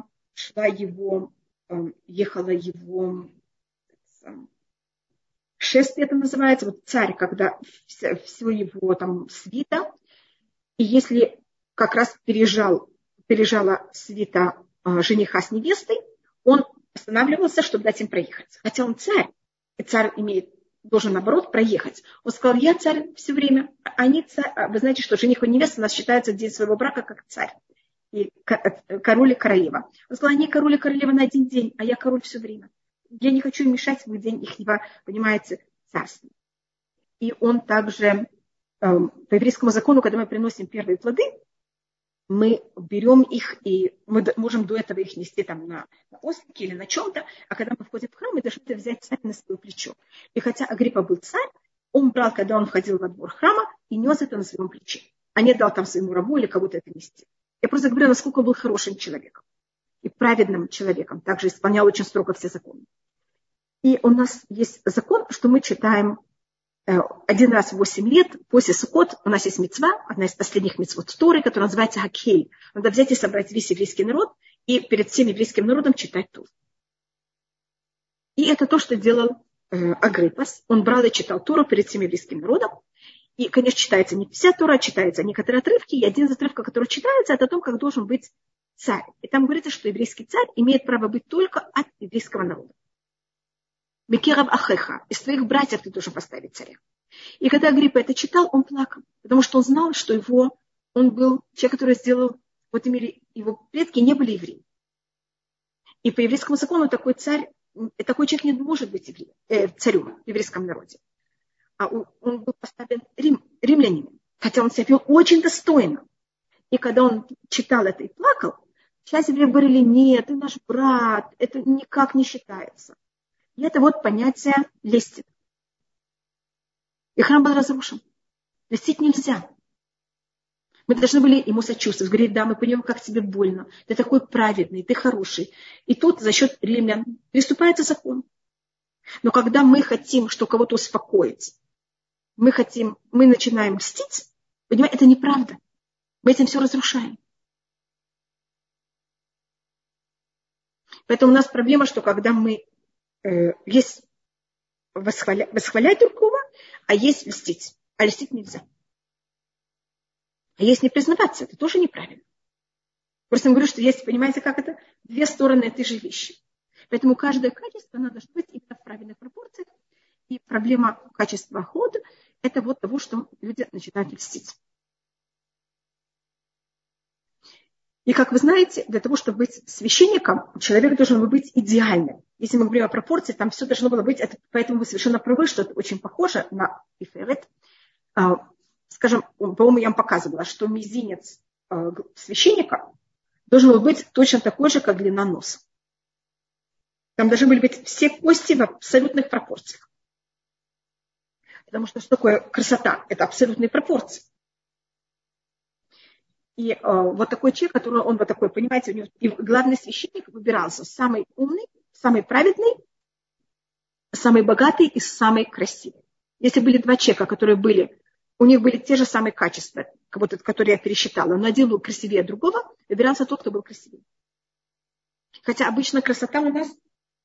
Speaker 1: ехало его шествие, это называется, вот царь, когда все его там свита, и если как раз пережала свита жениха с невестой, он останавливался, чтобы дать им проехать. Хотя он царь. И царь должен, наоборот, проехать. Он сказал, я царь все время, а они царь. Вы знаете, что жених и невеста у нас считаются в день своего брака как царь. И король и королева. Он сказал, они король и королева на один день, а я король все время. Я не хочу мешать в день их, понимаете, царства. И он также, по еврейскому закону, когда мы приносим первые плоды, мы берем их, и мы можем до этого их нести там на ослике или на чем-то, а когда мы входим в храм, мы должны это взять сами на свое плечо. И хотя Агриппа был царь, он брал, когда он входил во двор храма, и нес это на своем плече, а не дал там своему рабу или кого-то это нести. Я просто говорю, насколько он был хорошим человеком и праведным человеком, также исполнял очень строго все законы. И у нас есть закон, что мы читаем один раз в 8 лет, после Суккот, у нас есть мицва, одна из последних мицвот Торы, которая называется Хакхель. Надо взять и собрать весь еврейский народ и перед всем еврейским народом читать Тору. И это то, что делал Агриппас. Он брал и читал Тору перед всем еврейским народом. И, конечно, читается не вся Тора, читаются некоторые отрывки. И один из отрывков, который читается, это о том, как должен быть царь. И там говорится, что еврейский царь имеет право быть только от еврейского народа. Микерав Ахеха, из твоих братьев ты должен поставить царя. И когда Агриппа это читал, он плакал, потому что он знал, что он был человек, который сделал, в этом мире его предки не были евреи. И по еврейскому закону такой человек не может быть царем в еврейском народе. А он был поставлен римлянами, хотя он себя вел очень достойно. И когда он читал это и плакал, часть евреев говорили, нет, ты наш брат, это никак не считается. И это вот понятие лести. И храм был разрушен. Лестить нельзя. Мы должны были ему сочувствовать, говорить, да, мы понимаем, как тебе больно. Ты такой праведный, ты хороший. И тут за счет римлян приступается закон. Но когда мы хотим, что кого-то успокоить, мы начинаем мстить, понимаете, это неправда. Мы этим все разрушаем. Поэтому у нас проблема, что когда мы есть восхвалять другого, а есть льстить. А льстить нельзя. А есть не признаваться, это тоже неправильно. Просто я говорю, что есть, понимаете, как это? Две стороны этой же вещи. Поэтому каждое качество надо быть именно в правильных пропорциях. И проблема качества хода – это вот того, что люди начинают льстить. И, как вы знаете, для того, чтобы быть священником, человек должен быть идеальным. Если мы говорим о пропорции, там все должно было быть, поэтому вы совершенно правы, что это очень похоже на Иферет. Скажем, по-моему, я вам показывала, что мизинец священника должен был быть точно такой же, как длина носа. Там должны были быть все кости в абсолютных пропорциях. Потому что такое красота? Это абсолютные пропорции. И вот такой человек, который он вот такой, понимаете, у него, и главный священник выбирался самый умный, самый праведный, самый богатый и самый красивый. Если были два человека, которые были, у них были те же самые качества, как вот, которые я пересчитала, но один был красивее другого, выбирался тот, кто был красивее. Хотя обычно красота у нас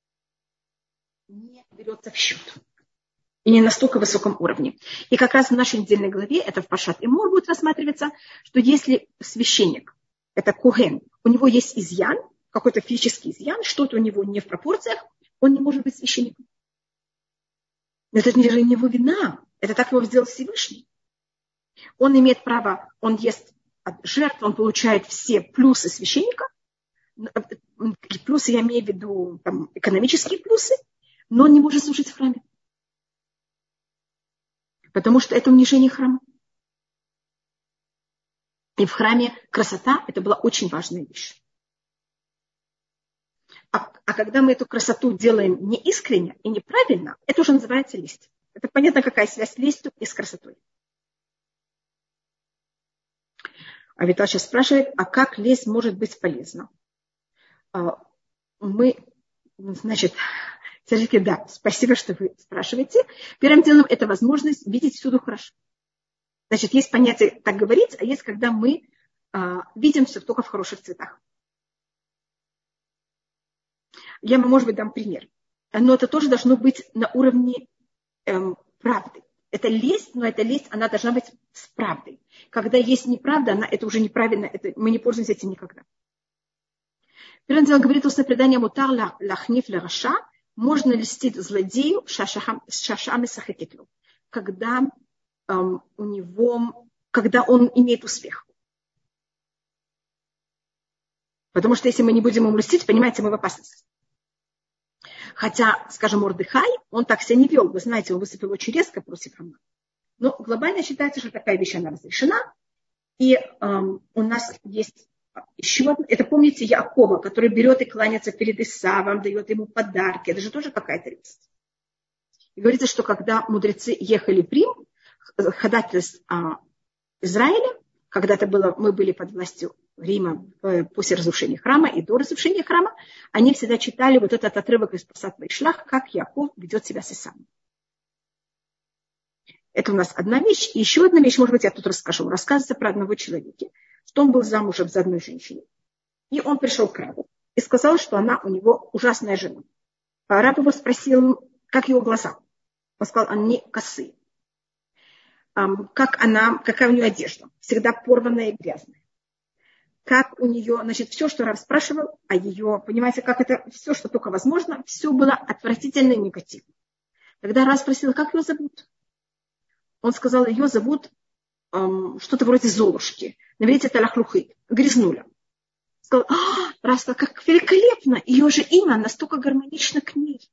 Speaker 1: не берется в счет. И не настолько высоком уровне. И как раз в нашей недельной главе, это в Пашат Эмор будет рассматриваться, что если священник, это коген, у него есть изъян, какой-то физический изъян, что-то у него не в пропорциях, он не может быть священником. Но это же не его вина. Это так его сделал Всевышний. Он имеет право, он ест от жертв, он получает все плюсы священника. Плюсы я имею в виду там, экономические плюсы, но он не может служить в храме. Потому что это унижение храма. И в храме красота – это была очень важная вещь. А когда мы эту красоту делаем неискренне и неправильно, это уже называется лесть. Это понятно, какая связь лестью и с красотой. А Витал сейчас спрашивает, а как лесть может быть полезна? Значит, Сергей, да, спасибо, что вы спрашиваете. Первым делом это возможность видеть всюду хорошо. Значит, есть понятие так говорить, а есть, когда мы видим все только в хороших цветах. Я вам, может быть, дам пример. Но это тоже должно быть на уровне правды. Это лесть, но эта лесть, она должна быть с правдой. Когда есть неправда, это уже неправильно, мы не пользуемся этим никогда. Первым делом говорит устное предание «Мутар лахниф лераша», можно льстить злодею шашами сахекетлу, когда он имеет успех. Потому что если мы не будем ему льстить, понимаете, мы в опасности. Хотя, скажем, Мордехай, он так себя не вел. Вы знаете, он выступил очень резко против Хамана. Но глобально считается, что такая вещь, она разрешена. И у нас есть еще одно. Это помните Яакова, который берет и кланяется перед Исавом, дает ему подарки. Это же тоже какая-то лесть. И говорится, что когда мудрецы ехали в Рим, ходатайство Израиля, когда-то мы были под властью Рима после разрушения храма и до разрушения храма, они всегда читали вот этот отрывок из Пасат Вайшлах, как Яаков ведет себя с Исавом. Это у нас одна вещь. И еще одна вещь, может быть, я тут расскажу. Рассказывается про одного человека, что он был замужем за одной женщиной. И он пришел к рабу и сказал, что она у него ужасная жена. А раб его спросил, как его глаза. Он сказал, они косые. Какая у нее одежда. Всегда порванная и грязная. Как у нее, значит, все, что раб спрашивал, а ее, понимаете, как это, все, что только возможно, все было отвратительно и негативно. Тогда раб спросил, как ее зовут? Он сказал, ее зовут что-то вроде Золушки. Наверное, это Лахлухи, Грязнуля. Сказал, раб сказал, как великолепно, ее же имя настолько гармонично к ней.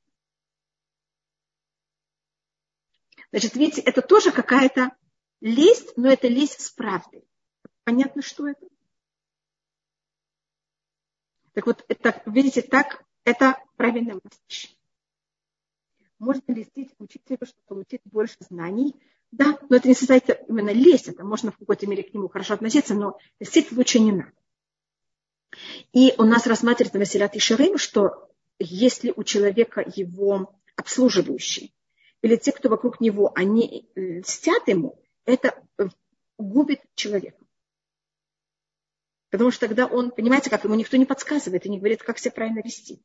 Speaker 1: Значит, видите, это тоже какая-то лесть, но это лесть с правдой. Понятно, что это? Так вот, это, видите, так, это правильная вещь. Можно льстить учителю, чтобы получить больше знаний. Да, но это не состоит именно лесть, это можно в какой-то мере к нему хорошо относиться, но льстить лучше не надо. И у нас рассматривается Масилат Ишарим, что если у человека его обслуживающие, или те, кто вокруг него, они льстят ему, это губит человека. Потому что тогда он, понимаете, как ему никто не подсказывает и не говорит, как себя правильно вести.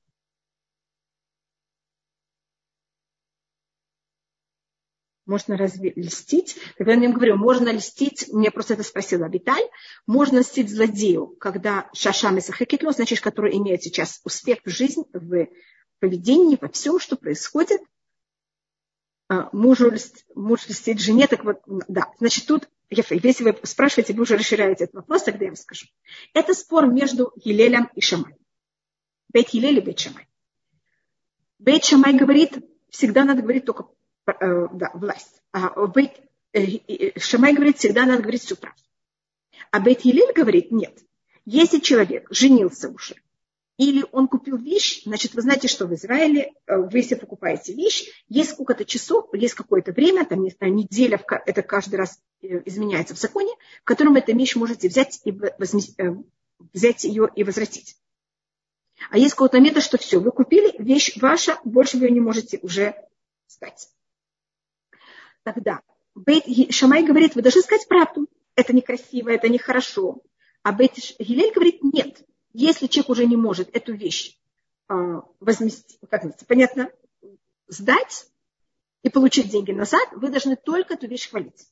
Speaker 1: Можно разве льстить? Когда я им говорю, можно льстить, мне просто это спросила Виталь, можно льстить злодею, когда шашам и сахекетло, значит, который имеет сейчас успех в жизни, в поведении, во всем, что происходит. Муж льстит жене, так вот, да. Значит, тут, если вы спрашиваете, вы уже расширяете этот вопрос, тогда я вам скажу. Это спор между Гилелем и Шамай. Бейт Гилель и Бейт Шамай. Бейт Шамай говорит, всегда надо говорить только власть. А Бейт Шамай говорит, всегда надо говорить всю правду. А Бейт Гилель говорит, нет. Если человек женился уже, или он купил вещь, значит, вы знаете, что в Израиле, вы если покупаете вещь, есть сколько-то часов, есть какое-то время, там, не знаю, неделя, это каждый раз изменяется в законе, в котором эту вещь можете взять, взять ее и возвратить. А есть какой-то метод, что все, вы купили, вещь ваша, больше вы ее не можете уже сдать. Тогда Бейт Шамай говорит, вы должны сказать правду. Это некрасиво, это нехорошо. А Бейт Гилель говорит, нет. Если человек уже не может эту вещь возместить, понятно, сдать и получить деньги назад, вы должны только эту вещь хвалить.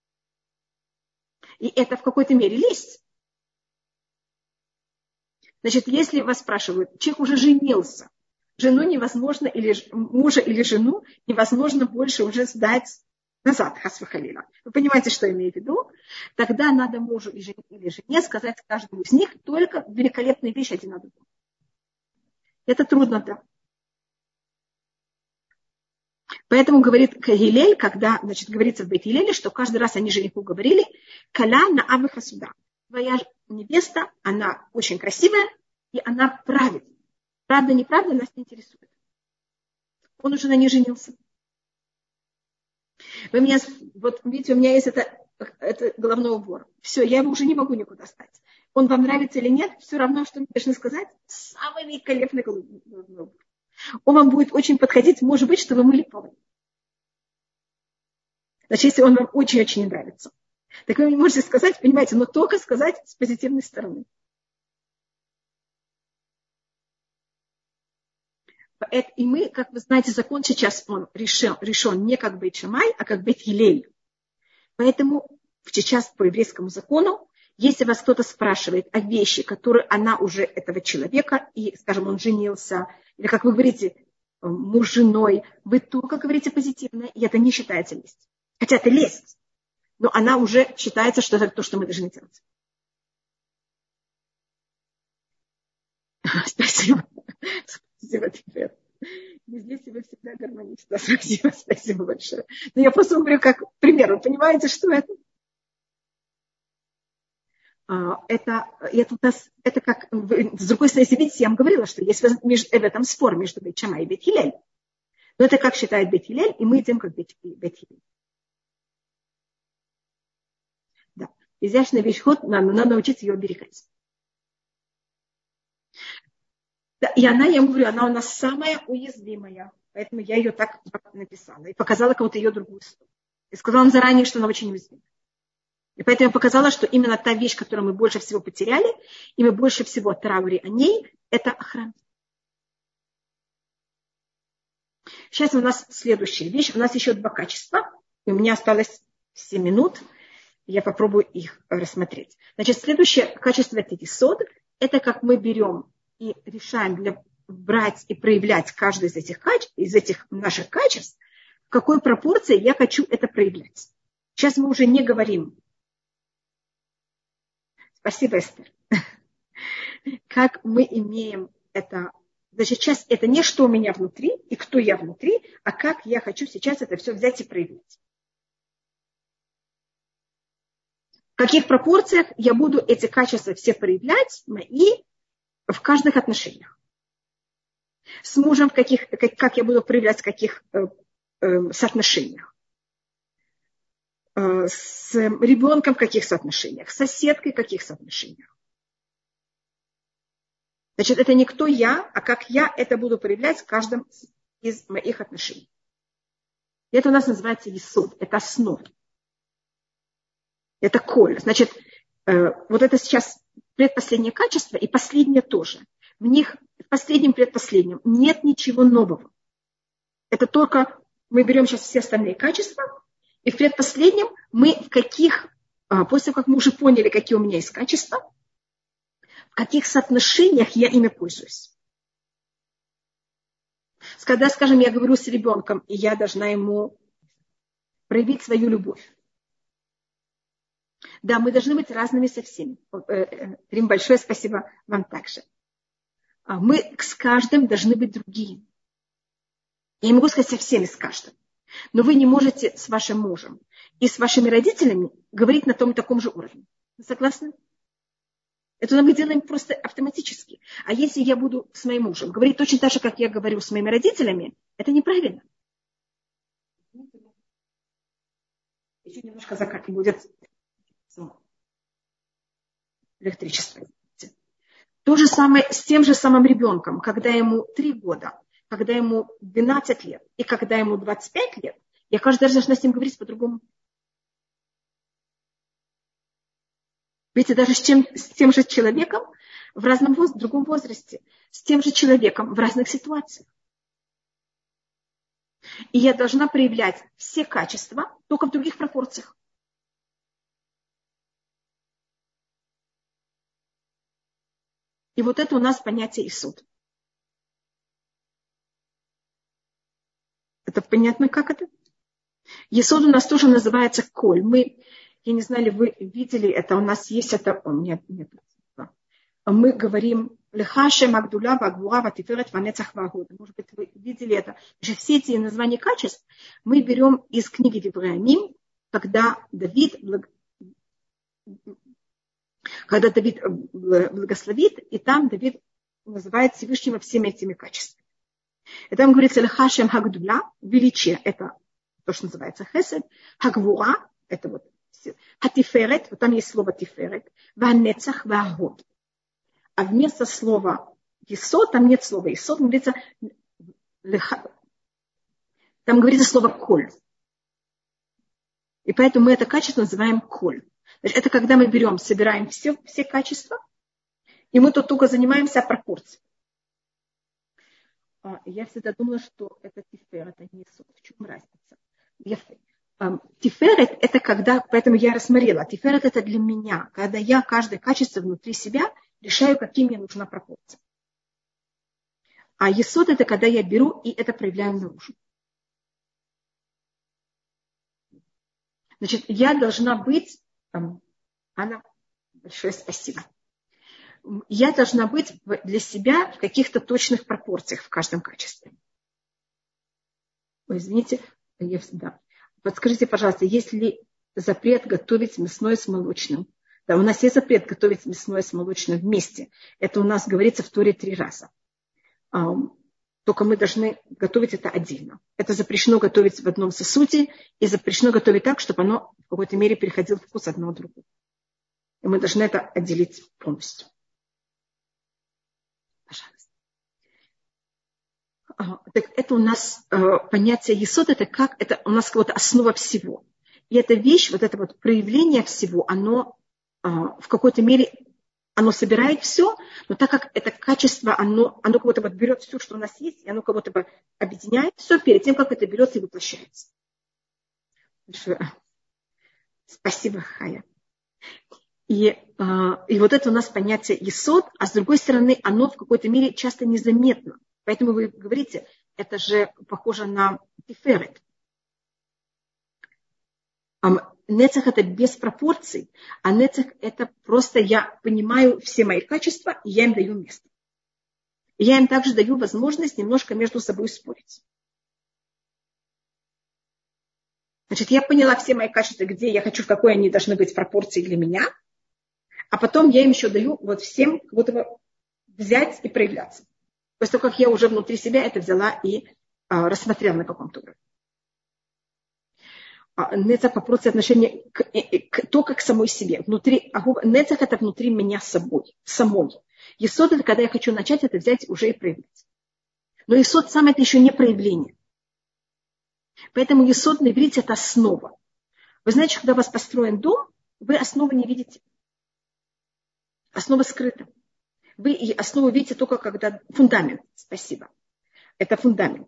Speaker 1: И это в какой-то мере лесть. Значит, если вас спрашивают, человек уже женился, жену невозможно, или мужа или жену невозможно больше уже сдать назад, хасвахалила. Вы понимаете, что я имею в виду? Тогда надо мужу или жене сказать каждому из них только великолепные вещи один на другом. Это трудно, да. Поэтому говорит Гилель, когда, значит, говорится в Бейт Гилеле, что каждый раз они жениху говорили, «Каля на авых расуда». Твоя невеста, она очень красивая, и она правит. Правда, неправда, нас не интересует. Он уже на ней женился. Вы меня, вот видите, у меня есть это головной убор. Все, я его уже не могу никуда ставить. Он вам нравится или нет, все равно, что вы должны сказать, самый великолепный головной убор. Он вам будет очень подходить, может быть, что вы мыли полы. Значит, если он вам очень-очень нравится. Так вы не можете сказать, понимаете, но только сказать с позитивной стороны. И мы, как вы знаете, закон сейчас он решен не как Бейт Шамай, а как Бейт Гилель. Поэтому сейчас по еврейскому закону, если вас кто-то спрашивает о вещи, которые она уже этого человека, и, скажем, он женился, или, как вы говорите, муж с женой, вы только говорите позитивно, и это не считается лесть. Хотя это лесть, но она уже считается, что это то, что мы должны делать. Спасибо. Спасибо тебе. Здесь вы всегда гармонично. Спасибо большое. Но я просто говорю как пример. Вы понимаете, что это? Это как, с другой стороны, если видите, я вам говорила, что есть в этом спор между Бейт Шамай и Бейт Гилель. Но это как считает Бейт Гилель, и мы идем как Бейт Гилель. Да. Изящная вещь ход, надо научиться ее берегать. Да, и она, я вам говорю, она у нас самая уязвимая. Поэтому я ее так написала. И показала кого-то ее другую сторону. И сказала вам заранее, что она очень уязвима. И поэтому я показала, что именно та вещь, которую мы больше всего потеряли, и мы больше всего трауре о ней, это охрана. Сейчас у нас следующая вещь. У нас еще 2 качества. И у меня осталось 7 минут. Я попробую их рассмотреть. Значит, следующее качество – это исод. Это как мы берем и решаем брать и проявлять каждое из этих наших качеств, в какой пропорции я хочу это проявлять. Сейчас мы уже не говорим. Спасибо, Эстер. Как мы имеем это. Значит, сейчас это не что у меня внутри и кто я внутри, а как я хочу сейчас это все взять и проявить. В каких пропорциях я буду эти качества все проявлять мои в каждых отношениях. С мужем как я буду проявлять в каких соотношениях. С ребенком в каких соотношениях. С соседкой в каких соотношениях. Значит, это не кто я, а как я это буду проявлять в каждом из моих отношений. И это у нас называется есод. Это основа. Это коль. Значит, вот это сейчас предпоследнее качество и последнее тоже. В них, в последнем и предпоследнем, нет ничего нового. Это только мы берем сейчас все остальные качества, и в предпоследнем мы после того, как мы уже поняли, какие у меня есть качества, в каких соотношениях я ими пользуюсь. Когда, скажем, я говорю с ребенком, и я должна ему проявить свою любовь. Да, мы должны быть разными со всеми. Рим, большое спасибо вам также. Мы с каждым должны быть другие. Я не могу сказать со всеми, с каждым. Но вы не можете с вашим мужем и с вашими родителями говорить на том и таком же уровне. Вы согласны? Это мы делаем просто автоматически. А если я буду с моим мужем говорить точно так же, как я говорю с моими родителями, это неправильно. Еще немножко закат будет электричество. То же самое с тем же самым ребенком, когда ему 3 года, когда ему 12 лет и когда ему 25 лет, я каждый раз должна с ним говорить по-другому. Видите, даже с тем же человеком в другом возрасте, с тем же человеком в разных ситуациях. И я должна проявлять все качества, только в других пропорциях. И вот это у нас понятие исуд. Это понятно, как это? Исуд у нас тоже называется коль. Я не знаю, ли вы видели это, у нас есть это, нет. Мы говорим лехаше магдуля вагвуа ватиферет ванецах вагод. Может быть, вы видели это. Значит, все эти названия качеств мы берем из книги Девреямим, когда Давид благословит, и там Давид называет Всевышнего всеми этими качествами. И там говорится лехашем хагдуля, величие, это то, что называется хесед, хагвуа, это вот хатиферет, вот там есть слово тиферет, ванецах вагод. А вместо слова «есод» там нет слова «есод», там говорится слово «коль». И поэтому мы это качество называем «коль». Значит, это когда мы собираем все качества, и мы тут только занимаемся пропорцией. Я всегда думала, что это тиферет, а не «есод». В чем разница? Тиферет – это когда, поэтому я рассмотрела, тиферет – это для меня, когда я каждое качество внутри себя решаю, каким мне нужна пропорция. А есод – это когда я беру и это проявляю наружу. Значит, я должна быть, Анна, большое спасибо. Я должна быть для себя в каких-то точных пропорциях в каждом качестве. Ой, извините, да. Подскажите, пожалуйста, есть ли запрет готовить мясное с молочным? Да, у нас есть запрет готовить мясное с молочным вместе. Это у нас говорится в Торе 3 раза. Только мы должны готовить это отдельно. Это запрещено готовить в одном сосуде и запрещено готовить так, чтобы оно в какой-то мере переходило вкус одного от другого. И мы должны это отделить полностью. Пожалуйста. Так это у нас понятие есод, это у нас вот основа всего. И эта вещь, вот это вот проявление всего, оно в какой-то мере оно собирает все, но так как это качество, оно как будто бы берет все, что у нас есть, и оно как будто бы объединяет все перед тем, как это берется и воплощается. Спасибо, Хая. И вот это у нас понятие есод, а с другой стороны, оно в какой-то мере часто незаметно. Поэтому вы говорите, это же похоже на тиферет. Нецах – это без пропорций, а нецах – это просто я понимаю все мои качества, и я им даю место. И я им также даю возможность немножко между собой спорить. Значит, я поняла все мои качества, где я хочу, в какой они должны быть пропорции для меня, а потом я им еще даю вот всем как будто бы взять и проявляться. После того, как я уже внутри себя это взяла и рассмотрела на каком-то уровне. Нецах пропорция отношения только к самой себе. Нецах – это внутри меня самой. Есод – это когда я хочу начать это взять уже и проявить. Но есод сам это еще не проявление. Поэтому есод на иврите – это основа. Вы знаете, когда у вас построен дом, вы основу не видите. Основа скрыта. Вы основу видите только когда фундамент. Спасибо. Это фундамент.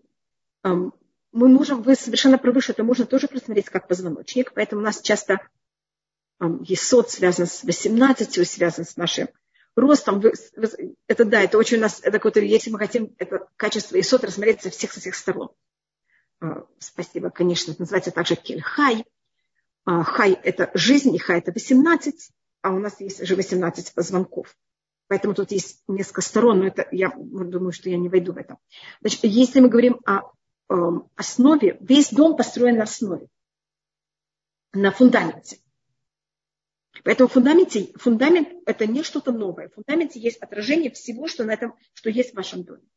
Speaker 1: Вы совершенно правы, что это можно тоже просмотреть как позвоночник, поэтому у нас часто есод связан с 18, связан с нашим ростом. Это очень у нас, если мы хотим это качество есод рассмотреть со всех сторон. Спасибо, конечно, это называется также кель-хай. Хай – это жизнь, и хай – это 18, а у нас есть же 18 позвонков. Поэтому тут есть несколько сторон, но это я думаю, что я не войду в это. Значит, если мы говорим о основе, весь дом построен на основе, на фундаменте. Поэтому фундамент это не что-то новое. В фундаменте есть отражение всего, что есть в вашем доме.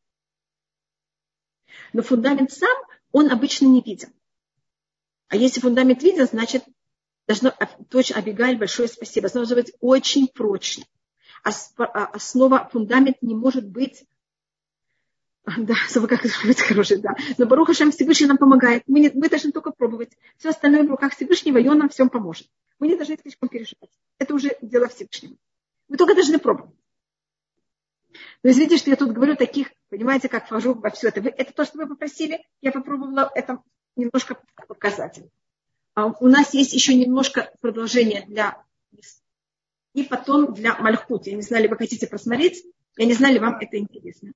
Speaker 1: Но фундамент сам, он обычно не виден. А если фундамент виден, значит, точно Абигаиль, большое спасибо. Должно быть очень прочным. Основа, фундамент не может быть, да, как быть хороший, да. Но Барух Ашем Всевышний нам помогает. Мы должны только пробовать. Все остальное в руках Всевышнего, и он нам всем поможет. Мы не должны слишком переживать. Это уже дело Всевышнего. Вы только должны пробовать. Но извините, что я тут говорю таких, понимаете, как вхожу во все это. Это то, что вы попросили, я попробовала это немножко показать. У нас есть еще немножко продолжения для и потом для Мальхут. Я не знаю, ли вы хотите посмотреть, я не знаю, ли вам это интересно.